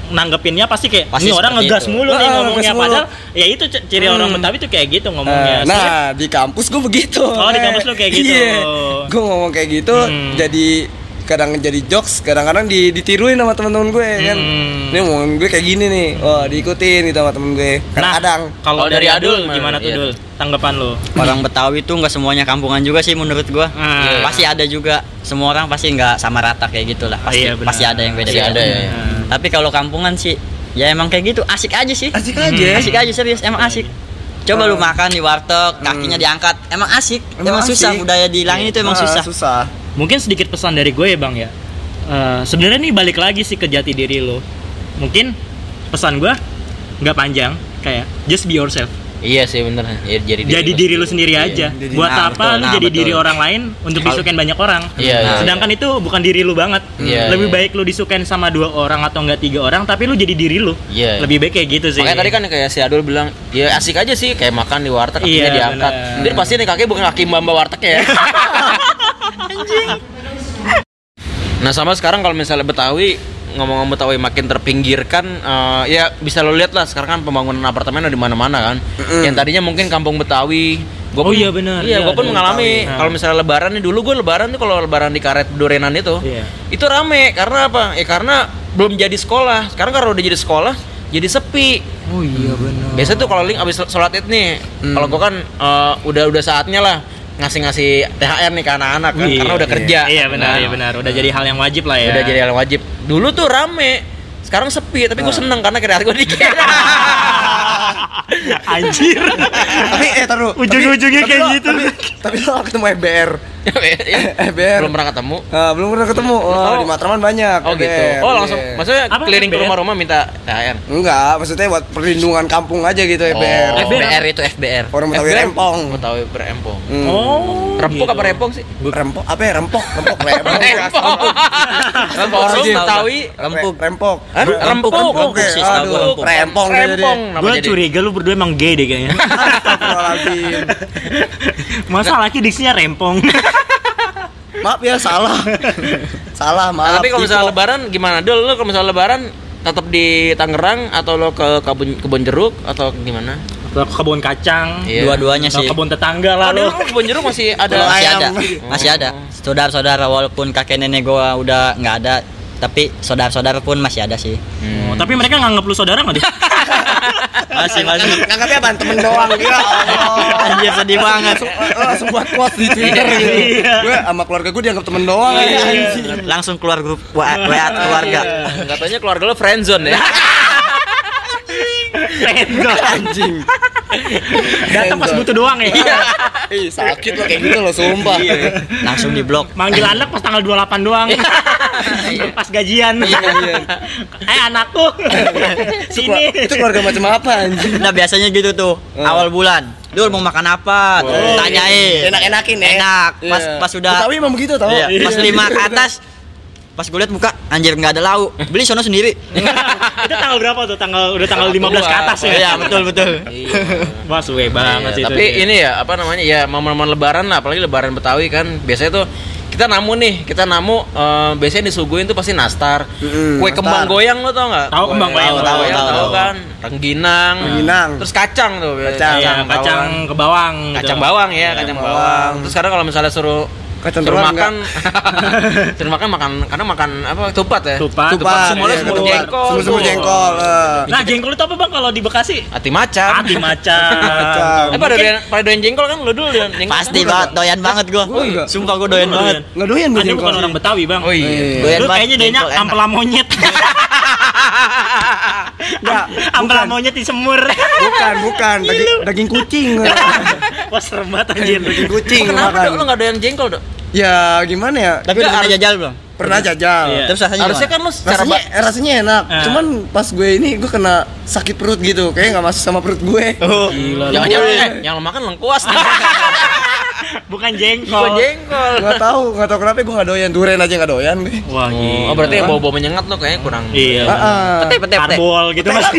nanggepinnya pasti kayak Pasti ini orang seperti ngegas itu. mulu nih Ah, ngomongnya, ngegas mulu. padahal ya itu c- ciri orang Betawi tuh kayak gitu ngomongnya. Eh, nah, di kampus gue begitu. Oh, di kampus lu kayak gitu. Iya. Gue ngomong kayak gitu, Hmm. jadi kadang jadi jokes, kadang-kadang di, ditiruin sama teman-teman gue kan. Hmm. Ini ngomong gue kayak gini nih. Wah, diikutin gitu sama temen gue. Kadang-kadang. Nah, kalau Kalau dari dari Adul Adul, gimana tuh iya. Dul? Tanggapan lu? Orang Betawi tuh nggak semuanya kampungan juga sih menurut gua. Hmm. Pasti ada juga, semua orang pasti nggak sama rata kayak gitulah. Pasti Iya, benar. pasti ada yang beda-beda. Pasti ada, ya. Hmm. Tapi kalau kampungan sih ya emang kayak gitu, asik aja sih. Asik aja. Hmm, asik aja serius, emang asik. Coba lu Hmm. makan di warteg, kakinya Hmm. diangkat, emang asik. Emang Emang, susah, asik. budaya dihilangin itu emang Ah, susah. Susah. Mungkin sedikit pesan dari gue ya Bang ya. Eh, sebenarnya nih balik lagi sih ke jati diri lo. Mungkin pesan gue nggak panjang, kayak just be yourself. Iya sih bener. Ya, jadi Jadi diri lu sendiri Iya. aja. Jadi- Buat nah, apa betul, lu nah, jadi betul. diri orang lain untuk Kalau- disukain banyak orang? Iya, iya, Sedangkan itu bukan diri lu banget. Iya, Lebih iya. baik lu disukain sama dua orang atau enggak tiga orang, tapi lu jadi diri lu. Iya. Lebih baik kayak gitu sih. Makanya tadi kan kayak si Adul bilang, ya asik aja sih kayak makan di warteg kakinya Iya, diangkat. bener. Jadi pasti nih kakinya bukan kaki mbak-mbak warteg ya. Nah sama sekarang kalau misalnya Betawi, ngomong-ngomong Betawi makin terpinggirkan, eh, ya bisa lo lihat lah sekarang kan pembangunan apartemen udah di mana-mana kan. Yang tadinya mungkin kampung Betawi. Gua Oh pun- iya, benar. Iya, Iya, gue pun ada mengalami. Betawi. Kalau misalnya Lebaran nih dulu gue Lebaran tuh kalau Lebaran di karet Durenan itu, Iya. itu rame karena apa? Ya karena belum jadi sekolah. Sekarang kalau udah jadi sekolah, jadi sepi. Oh iya benar. Biasa tuh kalau link abis sholat id nih, kalau gua kan eh, udah udah saatnya lah ngasih-ngasih T H R nih ke anak-anak kan, Iya, karena udah iya. kerja. Iya benar, Nah, iya benar. Udah jadi hal yang wajib lah ya. Udah jadi hal yang wajib. Dulu tuh rame, sekarang sepi. Tapi gue seneng karena kreatif gue dikit. Anjir. Tapi eh taruh. Ujung-ujungnya tapi- kayak tapi lo- gitu. Tapi, tapi lo gak ketemu F B R. F B R. Belum pernah ketemu. Ah, belum pernah ketemu. Oh, Oh. di Matraman banyak. Oh F B R, gitu. Oh langsung, iya. maksudnya Apa, keliling F B ke R? rumah-rumah minta T H R. Enggak, maksudnya buat perlindungan kampung aja gitu F B R. Oh. F B R itu F B R. Orang Betawi F B R? rempong. Betawi berempong. Hmm. Oh. Rempuk gitu. apa rempong sih? Rempok apa ya? Rempok, rempok rempok. Rempong. Rempong Orang Betawi. Rempuk. Rempok. Hah? Rempuk. Rempuk Oke, sih, setahu gua aduh, rempuk. rempong dia jadi. Rempong. nama Gue jadi. curiga lu berdua emang gay deh kayaknya. Astagfirullahaladzim. Masa laki diksinya rempong. Maaf ya, salah. Salah, maaf. Tapi kalau misalnya Tipo. lebaran gimana? Dul, lu kalau misalnya lebaran tetap di Tangerang atau lo ke kebun kebun jeruk atau gimana? Ke kebun kacang. Iya. Dua-duanya Ke sih. kebun tetangga lah Oh, lu. di kebun jeruk masih ada Masih ayam. ada. Masih ada. Saudara-saudara walaupun kakek nenek gua udah nggak ada, tapi saudara-saudara pun masih ada sih. Oh, tapi mereka nganggap lu saudara nggak deh? Masih masih. Nganggapnya apaan? Temen doang. Ya Allah. Anjir sedih banget. Langsung, langsung buat quote di Twitter gitu. Iya. Gue sama keluarga gue dianggap temen doang aja. anjing. Langsung keluar grup W A W A keluarga. Katanya keluarga lo friendzone ya. Random. Anjing. Datang pas butuh doang ya. Ih, sakit lo kayak gitu lo, sumpah. Langsung di blok. Manggil anak pas tanggal dua puluh delapan doang. Pas gajian. Eh anakku. Sini. Itu keluarga macam apa anjing? Nah biasanya gitu tuh awal bulan. Dul mau makan apa? Tuh, Oh. tanyain. Enak-enakin ya. Enak. Pas Iya. pas udah Betawi emang begitu tau. iya, pas lima ke atas. Pas gue liat muka anjir nggak ada lauk. Beli sono sendiri. Itu tanggal berapa tuh? Tanggal udah tanggal lima belas ke atas ya. Iya betul betul. Wah, suwe banget sih Iya, itu. tapi ini ya apa namanya ya momen-momen lebaran lah, apalagi lebaran Betawi kan biasanya tuh kita namu nih, kita namu eh, biasanya disuguhin tuh pasti nastar. Mm-mm, Kue nastar. kembang goyang lo tau nggak? Tahu kembang goyang, Tahu, tahu, tahu, tahu, tahu tahu. kan. Rengginang. Rengginang. Terus kacang tuh. Kacang. Iya, bawang. kacang ke bawang gitu. Kacang bawang ya, kacang Kacang bawang. bawang. Terus sekarang kalau misalnya suruh Kacang suruh telur makan, suruh makan makan karena makan apa tupat ya. Tupat. Tupat, semuanya iya, semur tupat. jengkol. Semur-semur tuh. jengkol. eh. Nah, jengkol itu apa Bang kalau di Bekasi? Hati macan. Hati macan. Macan. Eh pada doyan pada doyan jengkol kan lo dulu doyan jengkol. Pasti kan? banget doyan banget gua. Gua enggak. Sumpah gua doyan Gua banget. Nggak doyan gue Anda jengkol. bukan orang Betawi, Bang. Oh iya. Iya. Doyan Lu banget, kayaknya doyannya jengkol enak. ampela monyet. Nggak, Ampela bukan. monyet disemur. Bukan, bukan. Daging, daging kucing. Wah, serem banget anjir. Daging kucing Kenapa makan. Dok, lo nggak doyan jengkol dok? Ya gimana ya? Tapi udah pernah jajal belum? Pernah jajal. Iya. Terus rasanya Harusnya gimana? kan lo secara Rasanya, ba- rasanya enak. Ah. Cuman pas gue ini gue kena sakit perut gitu. Kayaknya nggak masuk sama perut gue. Oh, Gila. jangan-jangan eh, yang lo makan lengkuas. Bukan Bukan jengkol. jengkol. Nggak tahu, nggak tahu kenapa gue nggak doyan. Duren aja nggak doyan gue. Wah, gila. Oh, berarti yang bau-bau menyengat lo kayaknya kurang. Iya. Ah, ah. pete pete pete. Karbol gitu Mas.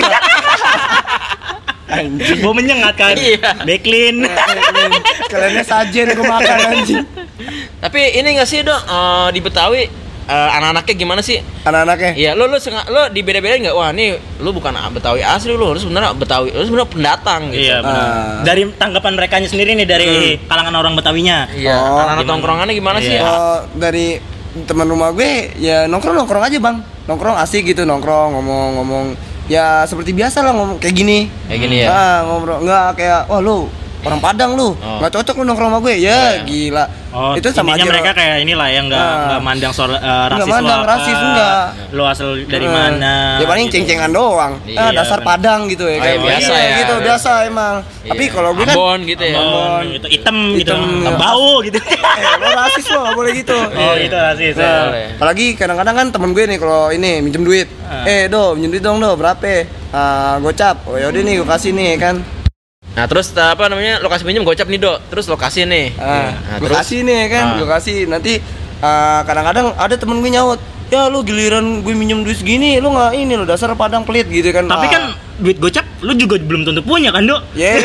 Anjing. Bau menyengat kan. Iya. Backlin. Kaliannya sajen gue makan anjing. Tapi ini nggak sih dok eh, di Betawi uh, anak-anaknya gimana sih? Anak-anaknya. Iya, lu lu senga, lu dibeda-bedain nggak? Wah, nih lu bukan Betawi asli lu, lu sebenarnya Betawi, lu sebenarnya pendatang gitu. Iya, benar. Ah. Dari tanggapan mereka sendiri nih dari kalangan orang Betawinya. Iya, Oh, anak-anak gimana? tongkrongannya gimana sih? Iya. Oh, dari teman rumah gue ya nongkrong-nongkrong aja, Bang. Nongkrong asik gitu, nongkrong, ngomong-ngomong ya seperti biasa lah ngomong kayak gini. Kayak gini ya. Ah, ngobrol nggak kayak wah lu orang Padang lu, Oh. nggak cocok lu nongkrong sama gue. Ya, Iya. gila. Oh, itu sama intinya aja. mereka kayak inilah yang nggak Ah. nggak mandang soal uh, Nggak rasis mandang lo apa, rasis, enggak. lo asal dari Eh, mana. Ya paling gitu. ceng-cengan doang. Iya, ah, dasar bener. Padang gitu ya Oh, kan. iya, biasa Iya, ya. gitu, biasa emang. Iya. Tapi kalau gue kan Ambon gitu ya. Ambon, Ambon. gitu, hitam, gitu, Hitam, ya. bau gitu. eh, lo rasis lo, nggak boleh gitu. Oh, itu rasis. Nah, ya. boleh. apalagi kadang-kadang kan temen gue nih kalau ini minjem duit, Ah. eh do minjem duit dong do berapa? Ah, gocap. Oh yaudah nih gue kasih nih kan. Nah, terus uh, apa namanya? Lokasi pinjam gocap nih, Dok. Terus lokasi nih. Ah, Nah, gue terus kasih nih kan, Ah. gue kasih nanti ah, kadang-kadang ada temen gue nyaut. Ya lu giliran gue minjem duit segini, lu nggak ini lu dasar Padang pelit gitu kan. Tapi Ah. kan duit gocap lu juga belum tentu punya kan, Dok? Ye.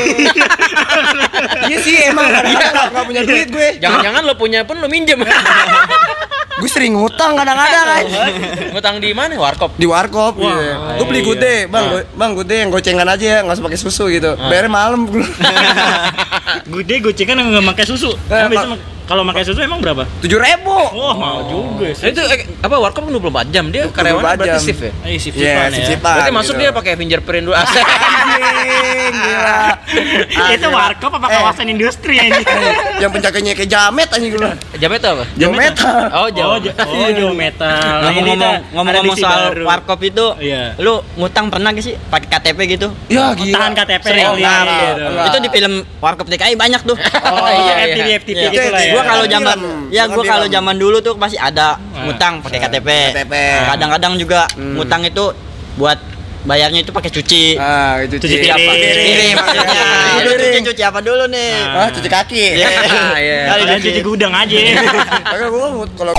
Iya sih emang kadang-kadang nggak punya duit gue. Jangan-jangan lo punya pun lo minjem. Gue sering ngutang kadang-kadang kan. Ngutang di mana? Warkop. Di warkop Wah, gitu. oh, Gue beli iya. gude, Bang, Ah. go- Bang gude yang gocengan aja ya, nggak usah pakai susu gitu. Bayarnya malam. Gede gocengan yang nggak pakai susu. Eh, Kan biasa Pak. mak- kalau pakai susu emang berapa? tujuh ribu. Wah, mahal juga Nah, itu eh, apa Warkop kan dua puluh empat jam dia dua puluh karyawannya empat berarti jam. shift ya. Eh, sip Iya, ya. sip-sipan. Berarti masuk gitu. dia pakai fingerprint dulu. Asik. Anjing, gila. Itu Gila. warkop apa Eh, kawasan industri ini? yang penjaganya kayak jamet anjing gue. Jamet itu apa? Jametan. Oh, Oh, jauh. ja- oh, jauh metal. Nah, ini Ngomong-ngomong kita ada ngomong-ngomong divisi soal baru. warkop itu, Iya. lu ngutang pernah gak sih pakai K T P gitu? Ya gila. Tahan K T P Sering. kali, Enggak, gitu. enggak. Itu di film Warkop D K I banyak tuh. Oh, iya, iya, iya. F T V F T V Iya. gitu lah ya. Gua kalau Film. zaman ya gua Film. kalau zaman dulu tuh pasti ada Ah. ngutang pakai K T P. K T P. Kadang-kadang juga Hmm. ngutang itu buat bayarnya itu pakai cuci. Ah, itu Cuci cuci piring. apa? Piring maksudnya. Cuci Lu piring. cuci cuci apa dulu nih? Ah. Ah, cuci kaki. Iya. Iya. Kali Kalian cuci. cuci gudang aja. Makanya gua ngut- kalau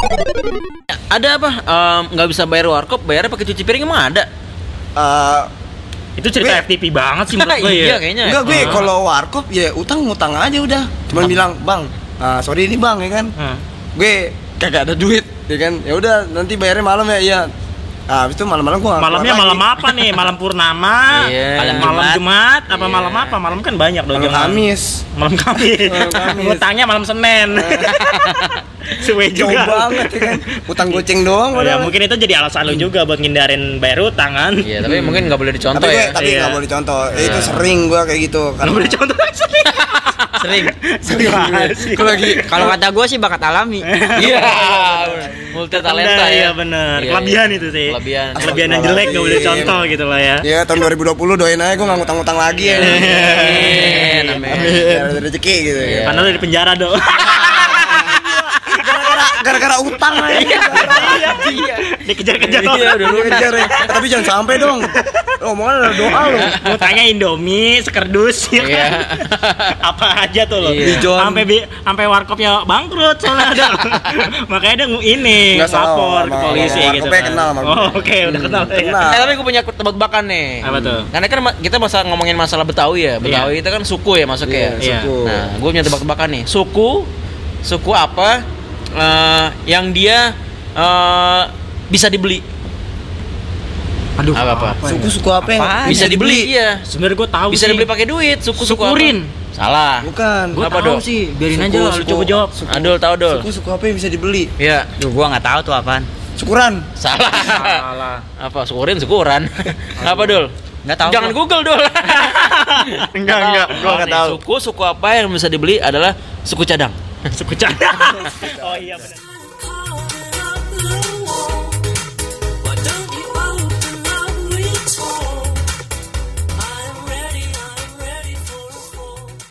Ada apa? Em, nggak bisa bayar Warkop, bayarnya pakai cuci piring emang ada? eh, Itu cerita Gue- F T V banget sih menurut gue ya. Iya kayaknya. enggak gue Ah. kalau warkop ya utang ngutang aja udah. Cuman bilang, "Bang, ah, sorry ini Bang," ya kan. Hah. Gue kagak ada duit, ya kan. Ya udah nanti bayarnya malam ya. Iya. Ah, habis itu malam-malam gua nggak Malamnya keluar malam lagi. apa nih? Malam purnama, Iya. malam Malam Jumat, Jumat. apa Iya. malam apa? Malam kan banyak dong. Malam jangan- Kamis. Malam Kamis. Malam Kamis. Ngutangnya malam Senin. Suwe Jauh juga. banget ya kan. Utang goceng doang Oh, ya, padahal. mungkin itu jadi alasan lu juga buat ngindarin bayar utang kan. Iya, tapi mungkin nggak boleh dicontoh tapi gue, ya. tapi Iya. nggak boleh contoh. Eh, Iya. Itu sering gua kayak gitu. Kalau boleh contoh sering. Sering. Sering banget sih. Gua lagi Kalau kata gua sih bakat alami. Iya. Multi talenta Iya ya. bener. Iya, Kelebihan iya. itu sih. Kelebihan. Kelebihan yang jelek gak boleh contoh gitu lah ya. ya tahun dua ribu dua puluh doain aja gua nggak ngutang-ngutang lagi ya. Amin, amin. Biar ada rezeki gitu ya. Iya. Karena lu di penjara dong. Gara-gara gara-gara utang aja. Iya. Dikejar-kejar Iya, orang. udah lunas. Kejar ya. Tapi jangan sampai dong. Omongan ada doa lo. Ngutangnya Indomie, sekerdus ya Iya. kan? Apa aja tuh loh. Iya. Dijon. Sampai bi- sampai warkopnya bangkrut soalnya ada. Makanya dia ngu- ini Nggak salah, lapor ke sama- polisi sama gitu. warkopnya kan. kenal sama gue. Oh, oke, udah kenal. ya. Kenal. Eh, tapi gue punya tebak-tebakan nih. Apa tuh? Karena kan ma- kita masa ngomongin masalah Betawi ya. Betawi itu kan suku ya masuknya. Iya, ya. Iya. suku. Nah, gue punya tebak-tebakan nih. Suku, suku apa eh, yang dia eh, bisa dibeli? Aduh, Apa apa? Suku-suku apa yang Apaan? Bisa dibeli, iya. Sebenarnya gue tahu Bisa sih. dibeli pakai duit. Suku-suku apa? Sukurin. Salah. Bukan. Gue Apa, tahu Dok? sih. Biarin aja Suku- lah, lu suku- coba jawab. suku- Adul tahu Dul. Suku-suku apa yang bisa dibeli? Iya. Duh, gua nggak tahu tuh apaan. Syukuran. Salah. Salah. Apa? Syukurin, syukuran. Apa Dul? Nggak tahu. Jangan gua. Google Dul. Enggak, enggak. Gua nggak tahu. Suku suku apa yang bisa dibeli adalah suku cadang. Suku cadang. Oh iya benar.